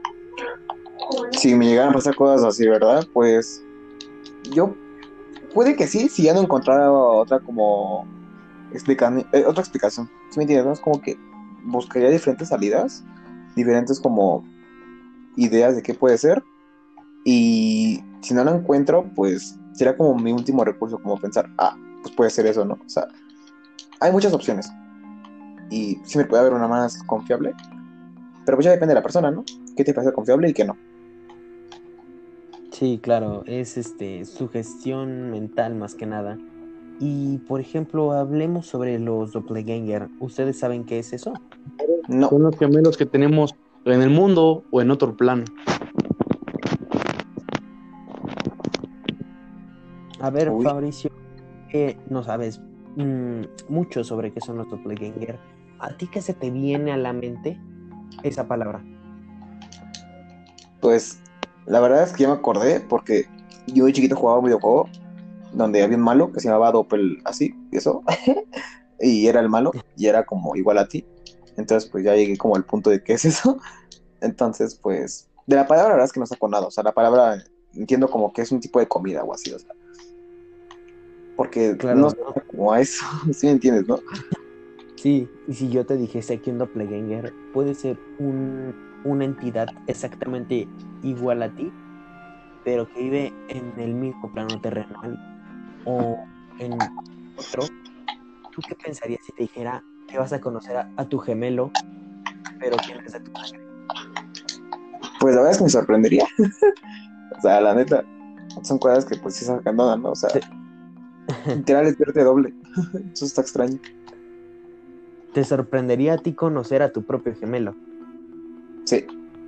Si me llegaran a pasar cosas así, ¿verdad? Pues yo puede que sí, si ya no encontrara otra como explicación, eh, otra explicación. ¿Sí me entiendes? ¿No? Es como que buscaría diferentes salidas, diferentes como ideas de qué puede ser. Y si no lo encuentro, pues será como mi último recurso, como pensar, ah, pues puede ser eso, ¿no? O sea, hay muchas opciones. Y siempre puede haber una más confiable. Pero pues ya depende de la persona, ¿no? ¿Qué te parece confiable y qué no? Sí, claro, es este sugestión mental más que nada. Y por ejemplo, hablemos sobre los doppelganger. ¿Ustedes saben qué es eso? No. Son los gemelos que tenemos en el mundo o en otro plano. A ver, Uy. Fabricio, que no sabes mm, mucho sobre qué son los doppelganger. ¿A ti qué se te viene a la mente esa palabra? Pues la verdad es que ya me acordé porque yo de chiquito jugaba un videojuego donde había un malo que se llamaba Doppel así, y eso, y era el malo y era como igual a ti. Entonces pues ya llegué como al punto de qué es eso. Entonces pues de la palabra la verdad es que no saco nada. O sea, la palabra entiendo como que es un tipo de comida o así, o sea, porque no Claro, sé ¿no? como a eso, ¿sí me entiendes, no? Sí, y si yo te dijese que un doppelganger puede ser un, una entidad exactamente igual a ti, pero que vive en el mismo plano terrenal o en otro, ¿tú qué pensarías si te dijera que vas a conocer a, a tu gemelo, pero que no es de tu sangre? Pues la verdad es que me sorprendería. O sea, la neta, son cosas que pues sí sacan nada, ¿no? O sea, ¿Te, literal es verte doble. Eso está extraño. te sorprendería a ti conocer a tu propio gemelo? Sí.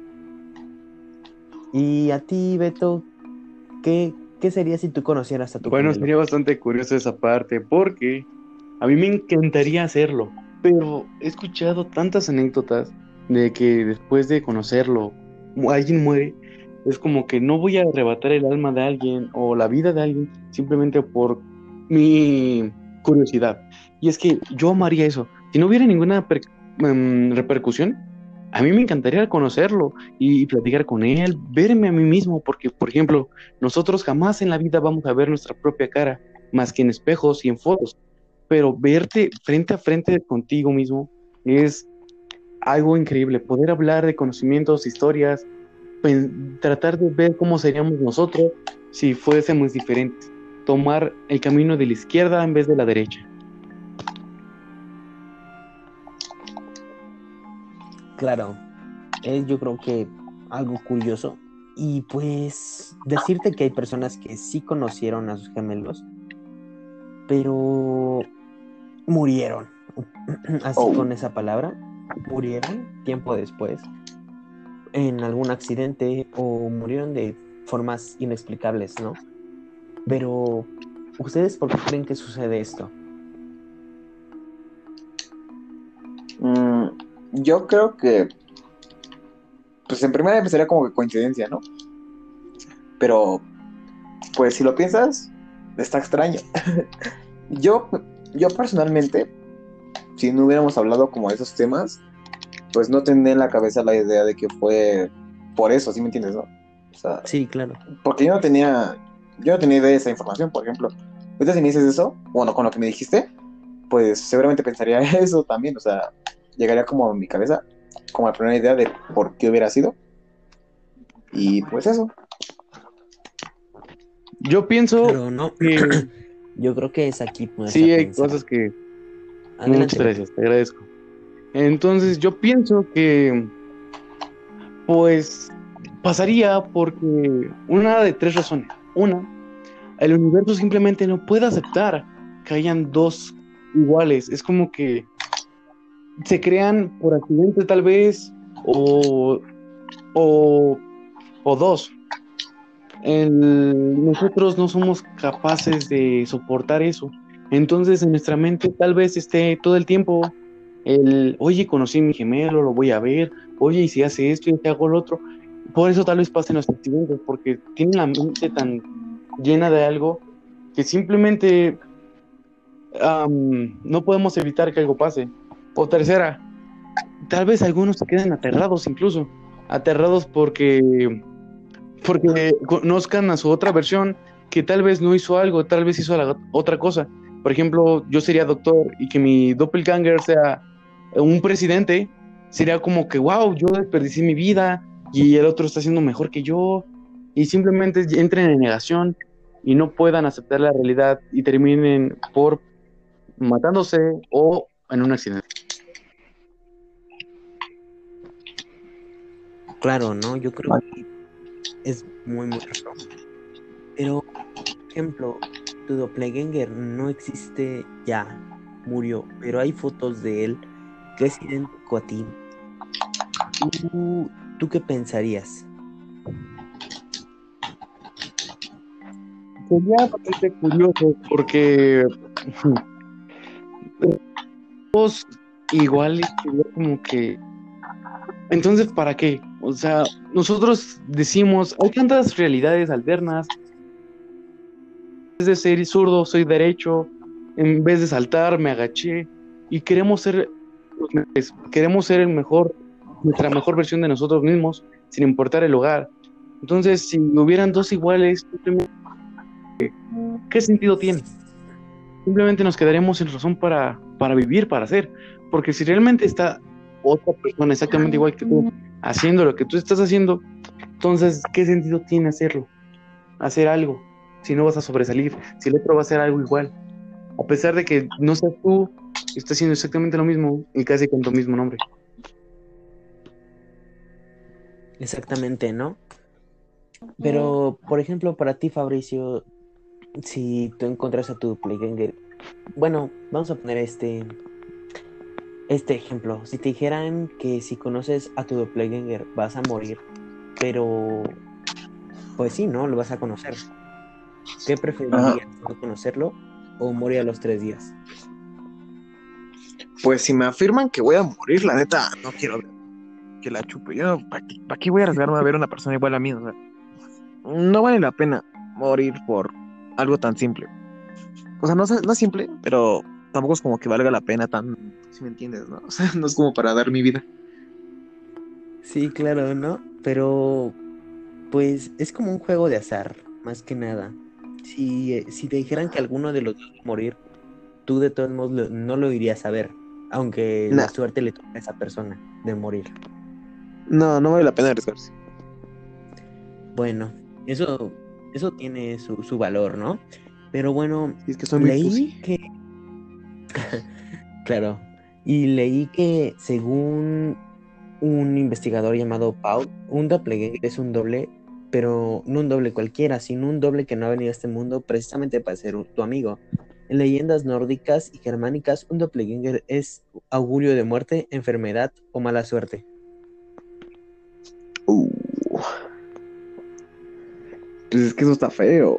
Y a ti, Beto, ¿qué, qué sería si tú conocieras a tu Bueno, gemelo? sería bastante curioso esa parte porque a mí me encantaría hacerlo, pero he escuchado tantas anécdotas de que después de conocerlo, mu- alguien muere. Es como que no voy a arrebatar el alma de alguien o la vida de alguien simplemente por mi curiosidad. Y es que yo amaría eso. Si no hubiera ninguna per- em, repercusión, a mí me encantaría conocerlo y platicar con él, verme a mí mismo, porque, por ejemplo, nosotros jamás en la vida vamos a ver nuestra propia cara. más que en espejos y en fotos. Pero verte frente a frente contigo mismo es algo increíble. Poder hablar de conocimientos, historias, pen- tratar de ver cómo seríamos nosotros si fuésemos diferentes. Tomar el camino de la izquierda en vez de la derecha. Claro, es yo creo que algo curioso. Y pues decirte que hay personas que sí conocieron a sus gemelos, pero murieron. Así Oh. con esa palabra, murieron tiempo después en algún accidente o murieron de formas inexplicables, ¿no? Pero, ¿ustedes por qué creen que sucede esto? Mm, yo creo que, pues en primera empezaría como que coincidencia, ¿no? Pero, pues si lo piensas, está extraño. Yo, yo personalmente, si no hubiéramos hablado como de esos temas, pues no tendría en la cabeza la idea de que fue por eso, ¿sí me entiendes, no? O sea, Sí, claro. porque yo no tenía, yo no tenía idea de esa información, por ejemplo. Ahorita si me dices eso, bueno, con lo que me dijiste, pues seguramente pensaría eso también, o sea, llegaría como a mi cabeza, como la primera idea de por qué hubiera sido, y pues eso. Yo pienso Claro, no. que Yo creo que es aquí ponerse a sí hay pensar. cosas que... Adelante, Muchas Beto. gracias, te agradezco. Entonces yo pienso que pues pasaría porque una de tres razones. Una, el universo simplemente no puede aceptar que hayan dos iguales. Es como que se crean por accidente tal vez o, o, o dos. El- nosotros no somos capaces de soportar eso. Entonces en nuestra mente tal vez esté todo el tiempo el, oye, conocí a mi gemelo, lo voy a ver, oye, y si hace esto y si hago lo otro. Por eso tal vez pasen los accidentes, porque tienen la mente tan llena de algo que simplemente am, no podemos evitar que algo pase. O tercera, tal vez algunos se queden aterrados incluso, aterrados porque porque conozcan a su otra versión que tal vez no hizo algo, tal vez hizo la otra cosa. Por ejemplo, yo sería doctor y que mi doppelganger sea un presidente, sería como que, wow, yo desperdicié mi vida y el otro está haciendo mejor que yo, y simplemente entren en negación y no puedan aceptar la realidad y terminen por matándose o en un accidente. Claro, ¿no? Yo creo que es muy, muy raro. Pero, por ejemplo, tu doppelganger no existe ya, murió, pero hay fotos de él que es idéntico a ti. ¿Tú, tú qué pensarías? Sería bastante curioso porque todos iguales sería como que entonces, ¿para qué? O sea, nosotros decimos, hay tantas realidades alternas. En vez de ser zurdo, soy derecho. En vez de saltar, me agaché. Y queremos ser los mejores. Queremos ser el mejor, nuestra mejor versión de nosotros mismos, sin importar el lugar. Entonces, si hubieran dos iguales, simplemente, ¿qué sentido tiene? Simplemente nos quedaremos sin razón para, para vivir, para hacer. Porque si realmente está otra persona exactamente igual que tú, haciendo lo que tú estás haciendo, entonces, ¿qué sentido tiene hacerlo? Hacer algo, si no vas a sobresalir, si el otro va a hacer algo igual. A pesar de que no seas tú, está haciendo exactamente lo mismo y casi con tu mismo nombre. Exactamente, ¿no? Pero, por ejemplo, para ti, Fabricio, si tú encuentras a tu doppelganger, bueno, vamos a poner este, este ejemplo. Si te dijeran que si conoces a tu doppelganger vas a morir, pero pues sí, ¿no? Lo vas a conocer. ¿Qué Ajá. preferirías? ¿No conocerlo o morir a los tres días? Pues si me afirman que voy a morir, la neta, no quiero ver que la chupe. Yo, ¿para qué, pa' qué voy a arriesgarme a ver a una persona igual a mí? O sea, no vale la pena morir por algo tan simple. O sea, no, es- no es simple, pero tampoco es como que valga la pena tan, si me entiendes, ¿no? O sea, no es como para dar mi vida. Sí, claro, ¿no? Pero pues es como un juego de azar, más que nada. si, eh, si te dijeran que alguno de los dos va a morir, tú de todos modos lo- no lo irías a ver, aunque Nah, la suerte le toque a esa persona de morir. no, no vale la pena arriesgarse. Bueno, eso, eso tiene su, su valor, ¿no? Pero bueno, Y es que soy muy leí pussy. que, claro, y leí que según un investigador llamado Paul, un doppelganger es un doble, pero no un doble cualquiera, sino un doble que no ha venido a este mundo precisamente para ser un- tu amigo. En leyendas nórdicas y germánicas, un doppelganger es augurio de muerte, enfermedad o mala suerte. Uh, pues es que eso está feo.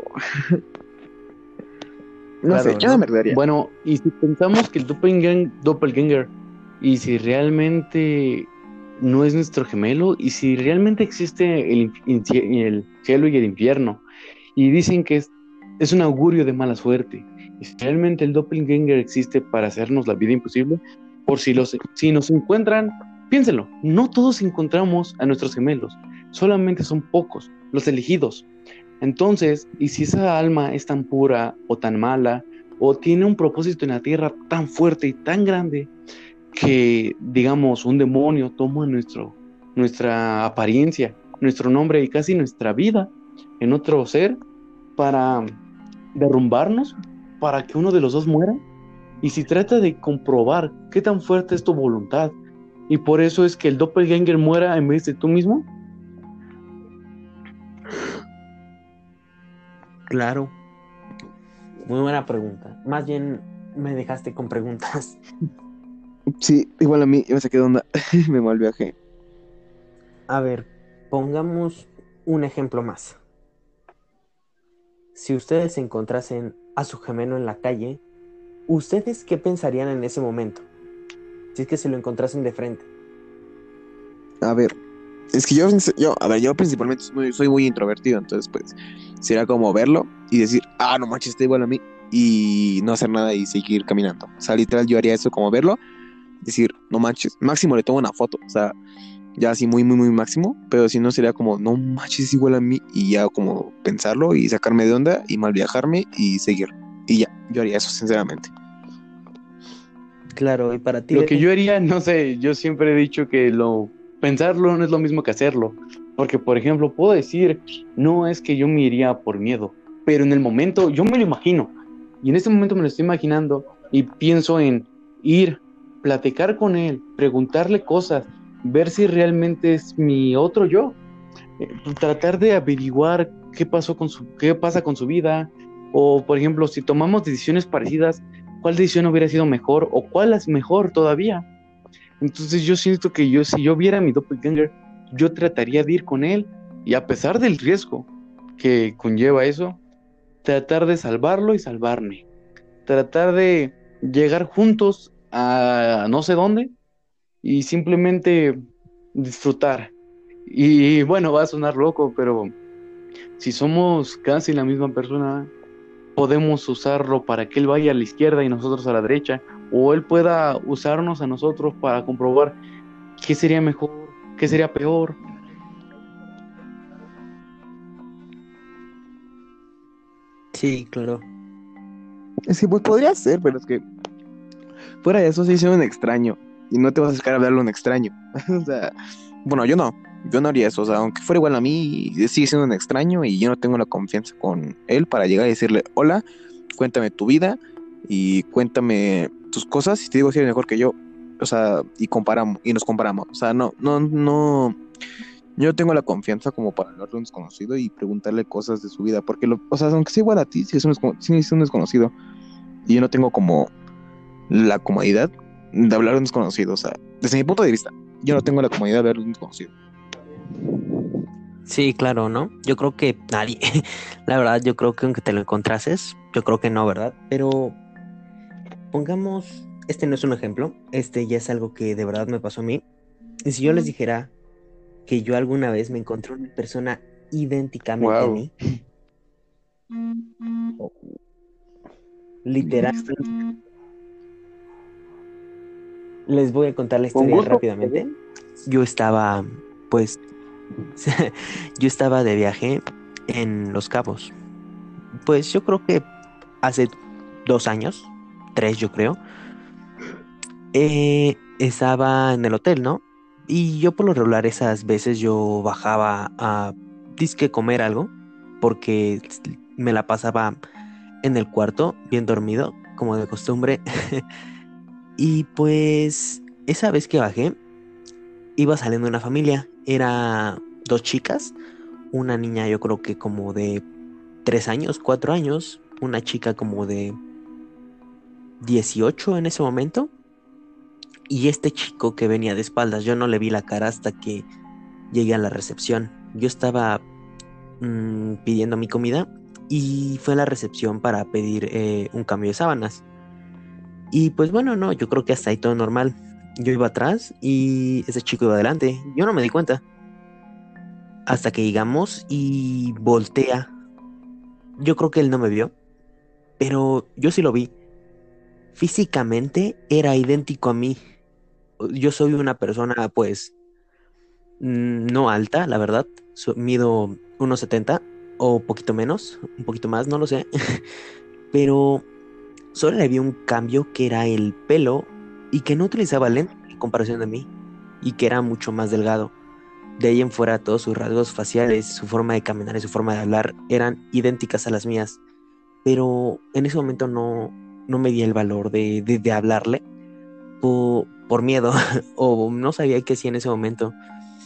No sé, Claro, yo no ¿no? me arriesgaría. Bueno, y si pensamos que el doppelganger, doppelganger, y si realmente no es nuestro gemelo, y si realmente existe el, inci- el cielo y el infierno, y dicen que es, es un augurio de mala suerte, y si realmente el doppelganger existe para hacernos la vida imposible, por si, los, si nos encuentran, piénsenlo, no todos encontramos a nuestros gemelos, solamente son pocos, los elegidos. Entonces, ¿y si esa alma es tan pura o tan mala, o tiene un propósito en la tierra tan fuerte y tan grande que, digamos, un demonio toma nuestro, nuestra apariencia, nuestro nombre y casi nuestra vida en otro ser para derrumbarnos, para que uno de los dos muera? Y si trata de comprobar qué tan fuerte es tu voluntad, y por eso es que el doppelganger muera en vez de tú mismo. Claro, muy buena pregunta. Más bien me dejaste con preguntas. Sí, igual a mí, yo me saqué de onda. Me mal viaje. A ver, pongamos un ejemplo más. Si ustedes encontrasen a su gemelo en la calle, ¿ustedes qué pensarían en ese momento? Si es que se lo encontrasen de frente. A ver, es que yo, yo, a ver, yo principalmente soy muy, soy muy introvertido, entonces pues sería como verlo y decir, ah, no manches, está igual a mí, y no hacer nada y seguir caminando. O sea, literal, yo haría eso como verlo, decir, no manches, máximo le tomo una foto, o sea, ya así muy, muy, muy máximo, pero si no sería como, no manches, es igual a mí, y ya como pensarlo y sacarme de onda y mal viajarme y seguir. Y ya, yo haría eso, sinceramente. Claro, y para ti, Lo que Dani? yo haría, no sé, yo siempre he dicho que lo pensarlo no es lo mismo que hacerlo, porque por ejemplo puedo decir, no es que yo me iría por miedo, pero en el momento yo me lo imagino, y en este momento me lo estoy imaginando y pienso en ir, platicar con él, preguntarle cosas, ver si realmente es mi otro yo, eh, tratar de averiguar qué pasó con su, qué pasa con su vida, o por ejemplo, si tomamos decisiones parecidas, cuál decisión hubiera sido mejor o cuál es mejor todavía. Entonces yo siento que yo, si yo viera a mi doppelganger, yo trataría de ir con él y a pesar del riesgo que conlleva eso, tratar de salvarlo y salvarme. Tratar de llegar juntos a no sé dónde y simplemente disfrutar. Y bueno, va a sonar loco, pero si somos casi la misma persona, podemos usarlo para que él vaya a la izquierda y nosotros a la derecha, o él pueda usarnos a nosotros para comprobar qué sería mejor, qué sería peor. Sí, claro. Es que pues podría ser, pero es que fuera de eso sí soy un extraño, y no te vas a acercar a hablarle a un extraño. O sea, bueno, yo no, yo no haría eso, o sea, aunque fuera igual a mí, sigue siendo un extraño y yo no tengo la confianza con él para llegar y decirle, hola, cuéntame tu vida y cuéntame tus cosas, y te digo si eres mejor que yo, o sea, y comparamos, y nos comparamos, o sea, no, no, no, yo no tengo la confianza como para hablarle a un desconocido y preguntarle cosas de su vida, porque, lo, o sea, aunque sea igual a ti, si es un, descono- sí es un desconocido, y yo no tengo como la comodidad de hablar a un desconocido, o sea, desde mi punto de vista, yo no tengo la comodidad de hablar a un desconocido. Sí, claro, ¿no? Yo creo que nadie. La verdad, yo creo que aunque te lo encontrases, yo creo que no, ¿verdad? Pero pongamos, este no es un ejemplo, este ya es algo que de verdad me pasó a mí. Y si yo les dijera que yo alguna vez me encontré una persona idénticamente a Wow. mí, literal, les voy a contar la Con historia gusto. rápidamente. Yo estaba, pues, yo estaba de viaje en Los Cabos. pues yo creo que hace dos años, tres yo creo, eh, estaba en el hotel, ¿no? Y yo por lo regular esas veces yo bajaba a disque comer algo, porque me la pasaba en el cuarto, bien dormido, como de costumbre. Y pues esa vez que bajé, iba saliendo una familia. Era dos chicas, una niña yo creo que como de tres años, cuatro años, una chica como de dieciocho en ese momento, y este chico que venía de espaldas. Yo no le vi la cara hasta que llegué a la recepción. Yo estaba mm, pidiendo mi comida y fue a la recepción para pedir eh, un cambio de sábanas. Y pues bueno, no, yo creo que hasta ahí todo normal. Yo iba atrás y ese chico iba adelante. Yo no me di cuenta. Hasta que llegamos y voltea. Yo creo que él no me vio, pero yo sí lo vi. Físicamente era idéntico a mí. Yo soy una persona, pues, mm, no alta, la verdad. So- mido uno setenta o poquito menos, un poquito más, no lo sé. Pero solo le vi un cambio que era el pelo y que no utilizaba lentes en comparación de mí y que era mucho más delgado. De ahí en fuera todos sus rasgos faciales, su forma de caminar y su forma de hablar eran idénticas a las mías. Pero en ese momento no, no me di el valor de, de, de hablarle por, por miedo o no sabía qué hacía en ese momento.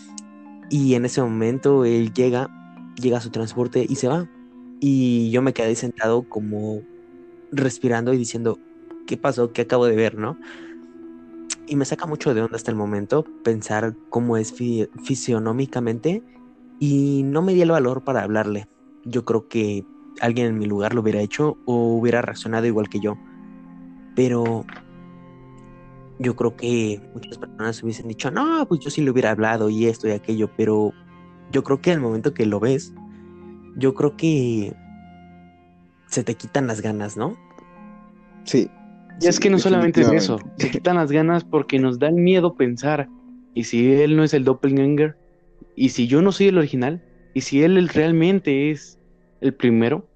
Y en ese momento él llega, llega a su transporte y se va. Y yo me quedé sentado como respirando y diciendo, ¿qué pasó? ¿Qué acabo de ver, no? Y me saca mucho de onda hasta el momento pensar cómo es fi- fisionómicamente y no me di el valor para hablarle. Yo creo que alguien en mi lugar lo hubiera hecho o hubiera reaccionado igual que yo. Pero yo creo que muchas personas hubiesen dicho, no, pues yo sí le hubiera hablado y esto y aquello. Pero yo creo que al momento que lo ves, yo creo que se te quitan las ganas, ¿no? Sí, Y es sí, que no solamente es definitivamente. eso, se quitan las ganas porque nos da el miedo pensar, ¿y si él no es el doppelganger? ¿Y si yo no soy el original? ¿Y si él el- realmente es el primero?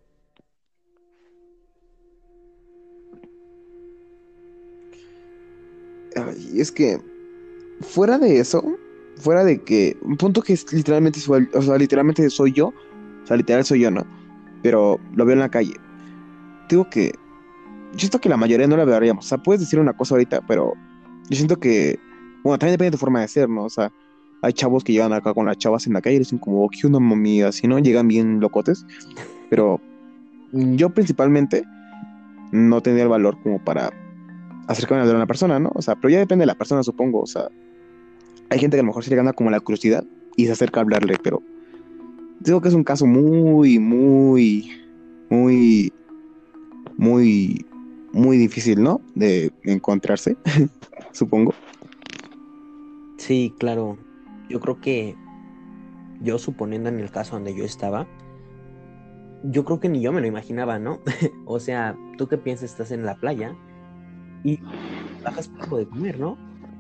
Ay, es que fuera de eso, fuera de que un punto que es literalmente, soy- o sea, literalmente soy yo, o sea, literal soy yo, ¿no? Pero lo veo en la calle. Digo que, yo siento que la mayoría no la veríamos. O sea, puedes decir una cosa ahorita, pero yo siento que, bueno, también depende de tu forma de ser, ¿no? O sea, hay chavos que llegan acá con las chavas en la calle y dicen como, que una mami, así, ¿no? Llegan bien locotes, pero mm, yo principalmente no tenía el valor como para acercarme a hablar a una persona, ¿no? O sea, pero ya depende de la persona, supongo. O sea, hay gente que a lo mejor se le gana como la curiosidad y se acerca a hablarle, pero digo que es un caso muy, muy, muy, muy, muy difícil, ¿no? De encontrarse, supongo. Sí, claro. Yo creo que yo suponiendo en el caso donde yo estaba, yo creo que ni yo me lo imaginaba, ¿no? O sea, tú qué piensas, estás en la playa y bajas por algo de comer, ¿no?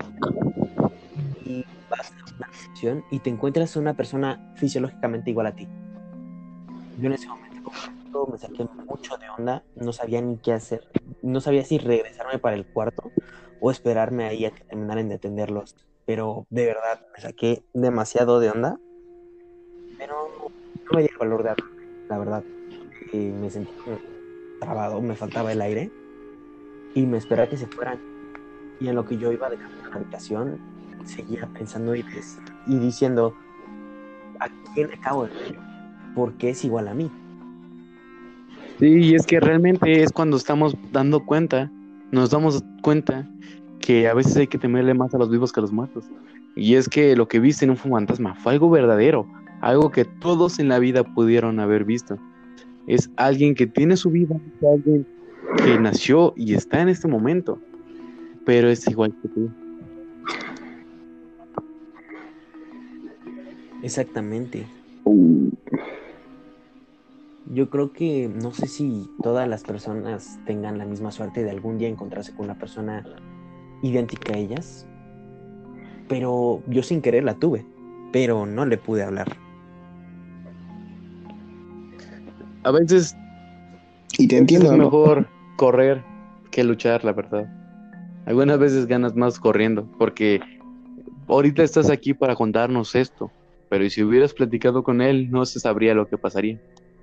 Y vas a una recepción y te encuentras a una persona fisiológicamente igual a ti. Yo en ese momento me saqué mucho de onda, no sabía ni qué hacer, no sabía si regresarme para el cuarto o esperarme ahí a que terminaran de atenderlos, pero de verdad me saqué demasiado de onda, pero no me di el valor de hablar, la verdad. Eh, me sentí como trabado, me faltaba el aire y me esperé a que se fueran. Y en lo que yo iba de camino a la habitación, seguía pensando y, des- y diciendo, ¿a quién acabo de ver? ¿Por qué es igual a mí? Sí, y es que realmente es cuando estamos dando cuenta, nos damos cuenta que a veces hay que temerle más a los vivos que a los muertos. Y es que lo que viste no fue un fantasma, fue algo verdadero, algo que todos en la vida pudieron haber visto. Es alguien que tiene su vida, es alguien que nació y está en este momento, pero es igual que tú. Exactamente. Uh, Yo creo que no sé si todas las personas tengan la misma suerte de algún día encontrarse con una persona idéntica a ellas, pero yo sin querer la tuve, pero no le pude hablar. A veces Y te A veces entiendo, es ¿no? mejor correr que luchar, la verdad. Algunas veces ganas más corriendo, porque ahorita estás aquí para contarnos esto, pero ¿y si hubieras platicado con él, no se sabría lo que pasaría?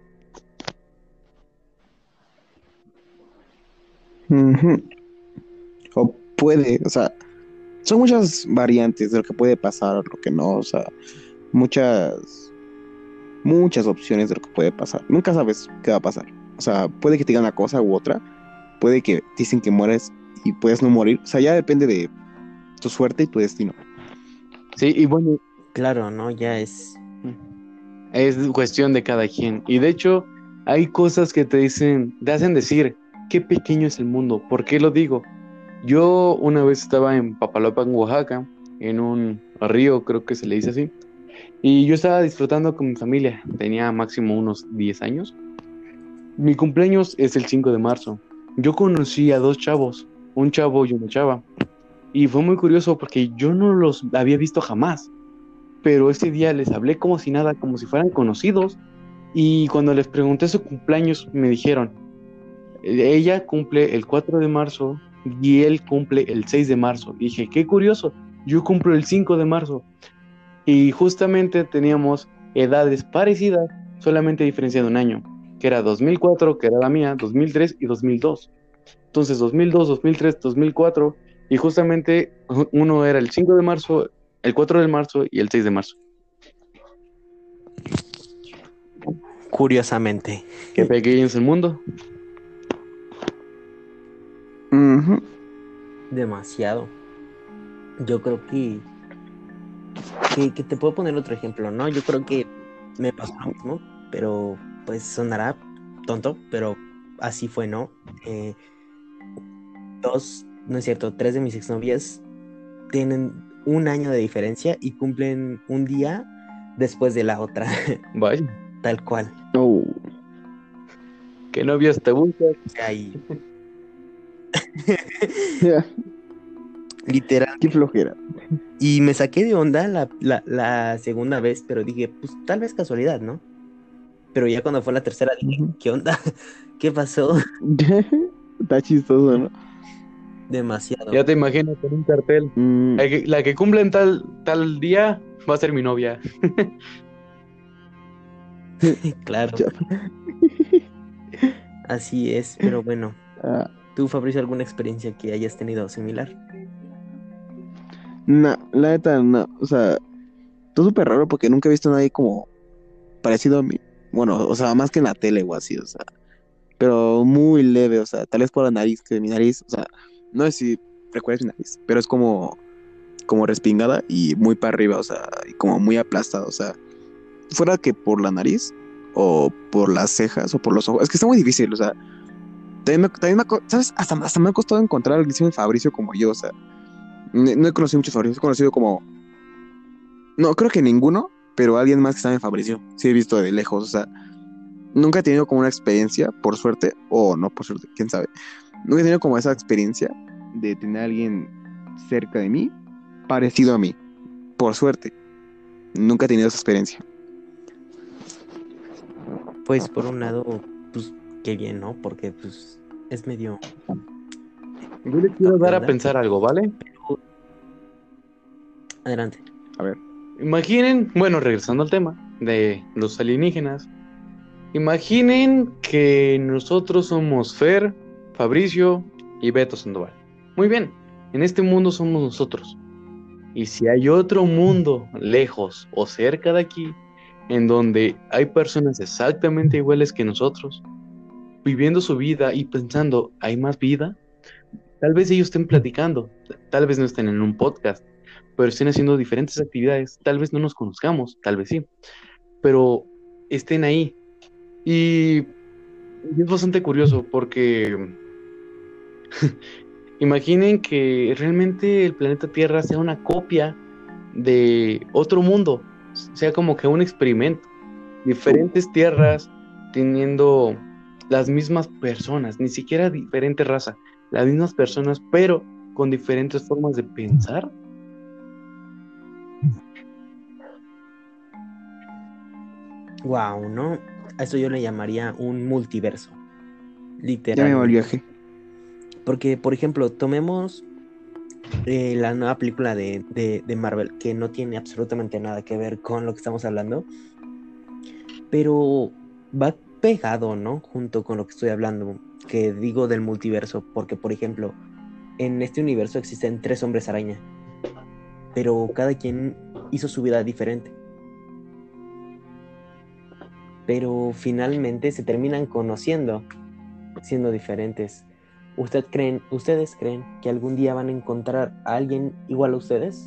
Ujú. O puede, o sea, son muchas variantes de lo que puede pasar, lo que no, o sea, muchas, muchas opciones de lo que puede pasar. Nunca sabes qué va a pasar. O sea, puede que te diga una cosa u otra, puede que dicen que mueres y puedes no morir. O sea, ya depende de tu suerte y tu destino. Sí, y bueno, Claro, ¿no? Ya es... es cuestión de cada quien. Y de hecho, hay cosas que te dicen, te hacen decir, qué pequeño es el mundo. ¿Por qué lo digo? Yo una vez estaba en Papaloapan, Oaxaca, en un río, creo que se le dice así, y yo estaba disfrutando con mi familia. Tenía máximo unos diez años. Mi cumpleaños es el cinco de marzo. Yo conocí a dos chavos, un chavo y una chava. Y fue muy curioso porque yo no los había visto jamás, pero ese día les hablé como si nada, como si fueran conocidos. Y cuando les pregunté su cumpleaños, me dijeron, "Eh, ella cumple el cuatro de marzo y él cumple el seis de marzo". Y dije, qué curioso, yo cumplo el cinco de marzo. Y justamente teníamos edades parecidas, solamente diferencia de un año, que era dos mil cuatro, que era la mía, dos mil tres y dos mil dos. Entonces, dos mil dos, dos mil tres, dos mil cuatro, y justamente uno era el cinco de marzo, el cuatro de marzo y el seis de marzo. Curiosamente. Qué pequeño es el mundo. Ujú. Demasiado. Yo creo que, que, que te puedo poner otro ejemplo, ¿no? Yo creo que me pasó lo mismo, pero pues sonará tonto, pero así fue, ¿no? Eh, dos, no es cierto, tres de mis exnovias tienen un año de diferencia y cumplen un día después de la otra, Vaya, tal cual. Oh, qué novias te buscas. O sea, y ya, literal. qué flojera. Y me saqué de onda la, la, la segunda vez, pero dije, pues tal vez casualidad, ¿no? Pero ya cuando fue la tercera dije, Ujú. ¿qué onda? ¿Qué pasó? Está chistoso, ¿no? Demasiado. Ya te imagino con un cartel. Mm, La que, la que cumple en tal, tal día va a ser mi novia. Claro, ya. así es, pero bueno. Ah, ¿Tú, Fabricio, alguna experiencia que hayas tenido similar? no, la neta, no. O sea, todo súper raro porque nunca he visto a nadie como parecido a mí. Bueno, o sea, más que en la tele o así, o sea, pero muy leve, o sea, tal vez por la nariz, que mi nariz, o sea, no sé si recuerdas mi nariz, pero es como, como respingada y muy para arriba, o sea, y como muy aplastada, o sea, fuera que por la nariz o por las cejas o por los ojos, es que está muy difícil, o sea, también me, también me ha co- ¿sabes? Hasta, hasta me ha costado encontrar a alguien que se llame Fabricio como yo, o sea, no, no he conocido muchos Fabricios, he conocido como, no, creo que ninguno, pero alguien más que se llame Fabricio, sí he visto de lejos, o sea, nunca he tenido como una experiencia, por suerte, o no por suerte, quién sabe. Nunca he tenido como esa experiencia de tener a alguien cerca de mí, parecido a mí, por suerte. Nunca he tenido esa experiencia. Pues por un lado, pues qué bien, ¿no? Porque pues es medio Yo les quiero sacado de dar a onda. pensar algo, ¿vale? Pero adelante. A ver. Imaginen, bueno, regresando al tema de los alienígenas, imaginen que nosotros somos Fer, Fabricio y Beto Sandoval. Muy bien, en este mundo somos nosotros. Y si hay otro mundo lejos o cerca de aquí, en donde hay personas exactamente iguales que nosotros, viviendo su vida y pensando, ¿hay más vida? Tal vez ellos estén platicando, tal vez no estén en un podcast, pero estén haciendo diferentes actividades, tal vez no nos conozcamos, tal vez sí, pero estén ahí. Y es bastante curioso porque imaginen que realmente el planeta Tierra sea una copia de otro mundo, sea como que un experimento, diferentes tierras teniendo las mismas personas, ni siquiera diferente raza, las mismas personas, pero con diferentes formas de pensar. Wow, ¿no? A eso yo le llamaría un multiverso. Ya me volví literalmente. viaje. Porque, por ejemplo, tomemos eh, la nueva película de, de, de Marvel, que no tiene absolutamente nada que ver con lo que estamos hablando, pero va pegado, ¿no? Junto con lo que estoy hablando, que digo del multiverso, porque, por ejemplo, en este universo existen tres hombres araña, pero cada quien hizo su vida diferente. Pero finalmente se terminan conociendo, siendo diferentes. ¿Usted creen, ¿Ustedes creen que algún día van a encontrar a alguien igual a ustedes?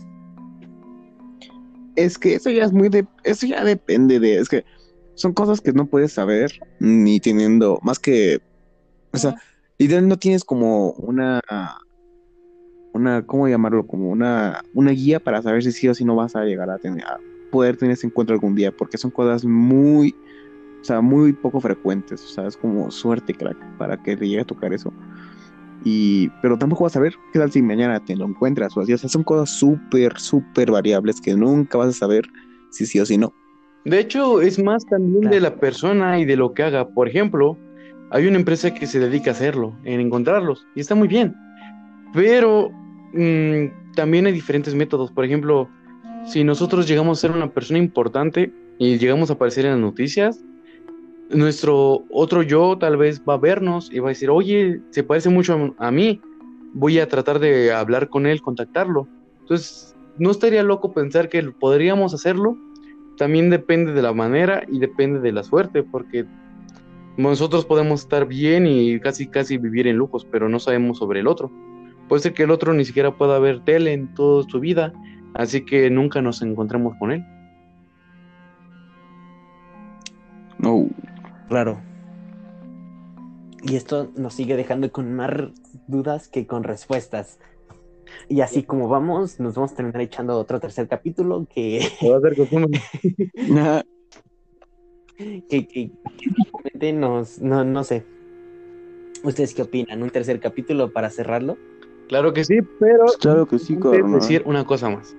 Es que eso ya es muy de, eso ya depende de, es que son cosas que no puedes saber ni teniendo, más que, o sea, literal no tienes como una, una, ¿cómo llamarlo? Como una, una guía para saber si sí o si no vas a llegar a tener, a poder tener ese encuentro algún día, porque son cosas muy, o sea, muy poco frecuentes, o sea, es como suerte, crack, para que te llegue a tocar eso. Y, pero tampoco vas a saber qué tal si mañana te lo encuentras o así, o sea, son cosas súper, súper variables que nunca vas a saber si sí o si no. De hecho, es más también de Claro. la persona y de lo que haga. Por ejemplo, hay una empresa que se dedica a hacerlo, en encontrarlos, y está muy bien. Pero mm, también hay diferentes métodos. Por ejemplo, si nosotros llegamos a ser una persona importante y llegamos a aparecer en las noticias, nuestro otro yo tal vez va a vernos y va a decir, oye, se parece mucho a, a mí, voy a tratar de hablar con él, contactarlo. Entonces, no estaría loco pensar que podríamos hacerlo. También depende de la manera y depende de la suerte, porque nosotros podemos estar bien y casi casi vivir en lujos, pero no sabemos sobre el otro. Puede ser que el otro ni siquiera pueda ver tele en toda su vida, así que nunca nos encontremos con él. No, Claro. Y esto nos sigue dejando con más dudas que con respuestas. Y así como vamos, nos vamos a terminar echando otro tercer capítulo que, Se va a hacer costumbre. nah, que, que, que nos, no, no sé. ¿Ustedes qué opinan? ¿Un tercer capítulo para cerrarlo? Claro que sí, pero pues claro que sí, antes carnal. decir una cosa más.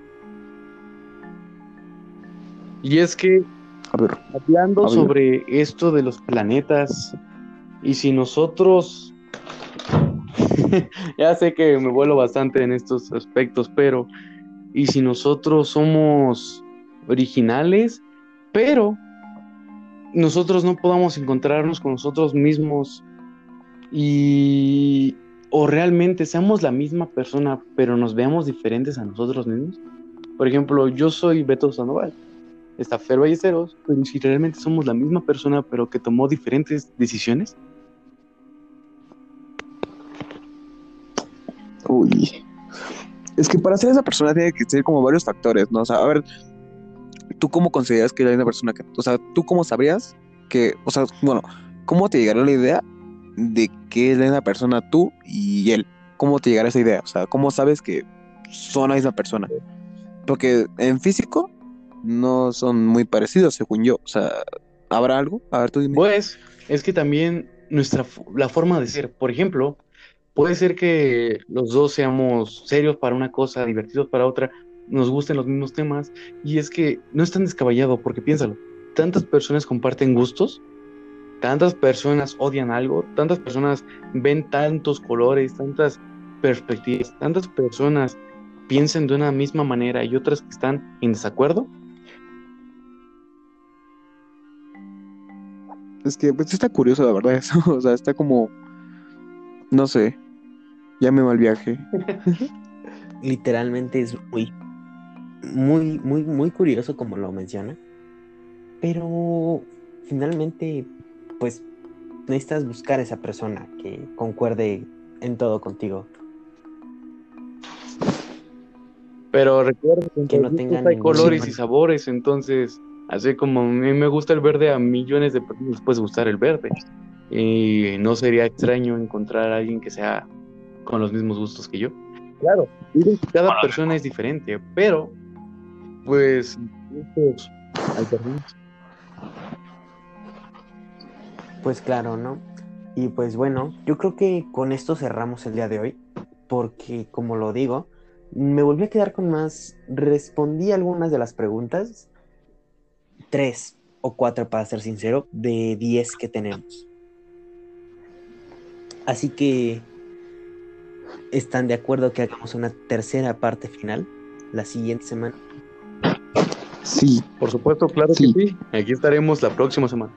Y es que A ver, hablando a ver. sobre esto de los planetas, y si nosotros, ya sé que me vuelo bastante en estos aspectos, pero, y si nosotros somos originales, pero nosotros no podamos encontrarnos con nosotros mismos y o realmente seamos la misma persona, pero nos veamos diferentes a nosotros mismos. Por ejemplo, yo soy Beto Sandoval, está Fer Ballesteros, pero si realmente somos la misma persona, pero que tomó diferentes decisiones. Uy. Es que para ser esa persona tiene que ser como varios factores, ¿no? O sea, a ver, ¿tú cómo consideras que es una persona que, o sea, tú cómo sabrías que, o sea, bueno, ¿cómo te llegaría la idea de que es la misma persona tú y él? ¿Cómo te llegará esa idea? O sea, ¿cómo sabes que son la misma persona? Porque en físico no son muy parecidos, según yo. O sea, ¿habrá algo? A ver, tú dime. Pues es que también nuestra la forma de ser, por ejemplo, puede ser que los dos seamos serios para una cosa, divertidos para otra, nos gusten los mismos temas, y es que no es tan descabellado, porque piénsalo, tantas personas comparten gustos, tantas personas odian algo, tantas personas ven tantos colores, tantas perspectivas, tantas personas piensan de una misma manera y otras que están en desacuerdo. Es que pues está curioso, la verdad, eso. O sea, está como, no sé, ya me mal viaje. Literalmente es muy, muy, muy, muy curioso como lo menciona. Pero finalmente, pues necesitas buscar esa persona que concuerde en todo contigo, Pero recuerda que que entre no gustos tenga hay ningún Sí, colores y tipo. sabores, entonces, así como a mí me gusta el verde, a millones de personas les puede gustar el verde. Y no sería extraño encontrar a alguien que sea con los mismos gustos que yo. Claro, digo que cada persona es diferente, pero pues gustos alternos. Pues claro, ¿no? Y pues bueno, yo creo que con esto cerramos el día de hoy, porque como lo digo, me volví a quedar con más, respondí algunas de las preguntas, tres o cuatro para ser sincero, de diez que tenemos. Así que, ¿están de acuerdo que hagamos una tercera parte final la siguiente semana? Sí, Por supuesto, claro Sí. que sí. Aquí estaremos la próxima semana.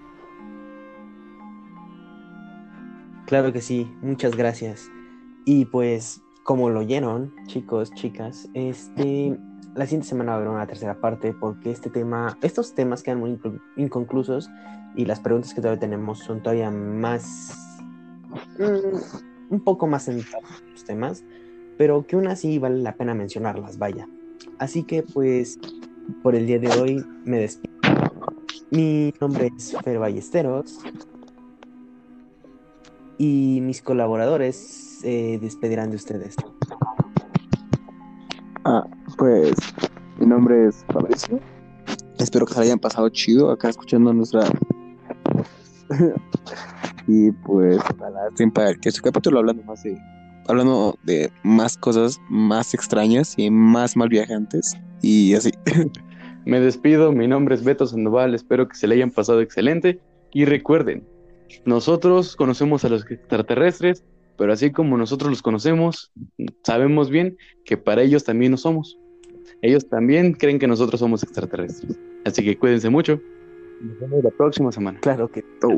Claro que sí, muchas gracias. Y pues, como lo oyeron, chicos, chicas, este, la siguiente semana va a haber una tercera parte porque este tema, estos temas quedan muy inclu- inconclusos y las preguntas que todavía tenemos son todavía más, mm, un poco más centradas en los temas, pero que aún así vale la pena mencionarlas, vaya. Así que pues, por el día de hoy me despido. Mi nombre es Fer Ballesteros y mis colaboradores se despedirán de ustedes. ah, pues mi nombre es Fabricio. Espero que se la hayan pasado chido acá escuchando nuestra. Y pues ojalá estén para que este capítulo hablando más de hablando de más cosas más extrañas y más mal viajantes y así. Me despido, mi nombre es Beto Sandoval, espero que se le hayan pasado excelente y recuerden, nosotros conocemos a los extraterrestres, pero así como nosotros los conocemos, sabemos bien que para ellos también lo somos. Ellos también creen que nosotros somos extraterrestres. Así que cuídense mucho. Nos vemos la próxima semana. Claro que Oh,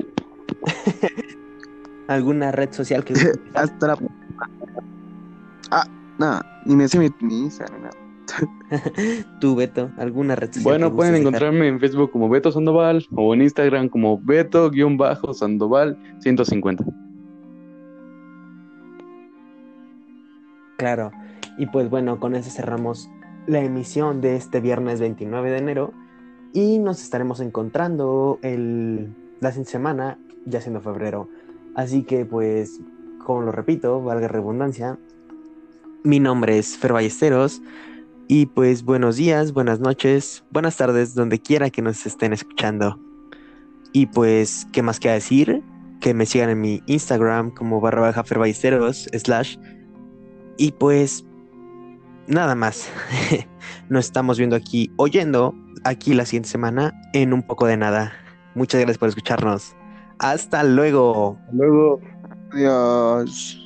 alguna red social que hasta la. Ah, nada, ni me sé mi, mi Instagram, nada. tú, Beto, alguna red social que Bueno, pueden gustes dejar. encontrarme en Facebook como Beto Sandoval o en Instagram como Beto-Sandoval ciento cincuenta. Claro. Y pues bueno, con eso cerramos la emisión de este viernes veintinueve de enero y nos estaremos encontrando el, la siguiente semana, ya siendo febrero. Así que pues, como lo repito, valga redundancia, mi nombre es Fer Ballesteros y pues buenos días, buenas noches, buenas tardes, donde quiera que nos estén escuchando. Y pues, ¿qué más queda decir? Que me sigan en mi Instagram como barra baja Fer Ballesteros slash. Y pues, nada más. Nos estamos viendo aquí, oyendo aquí la siguiente semana en un poco de nada. Muchas gracias por escucharnos. Hasta luego. Luego. Adiós.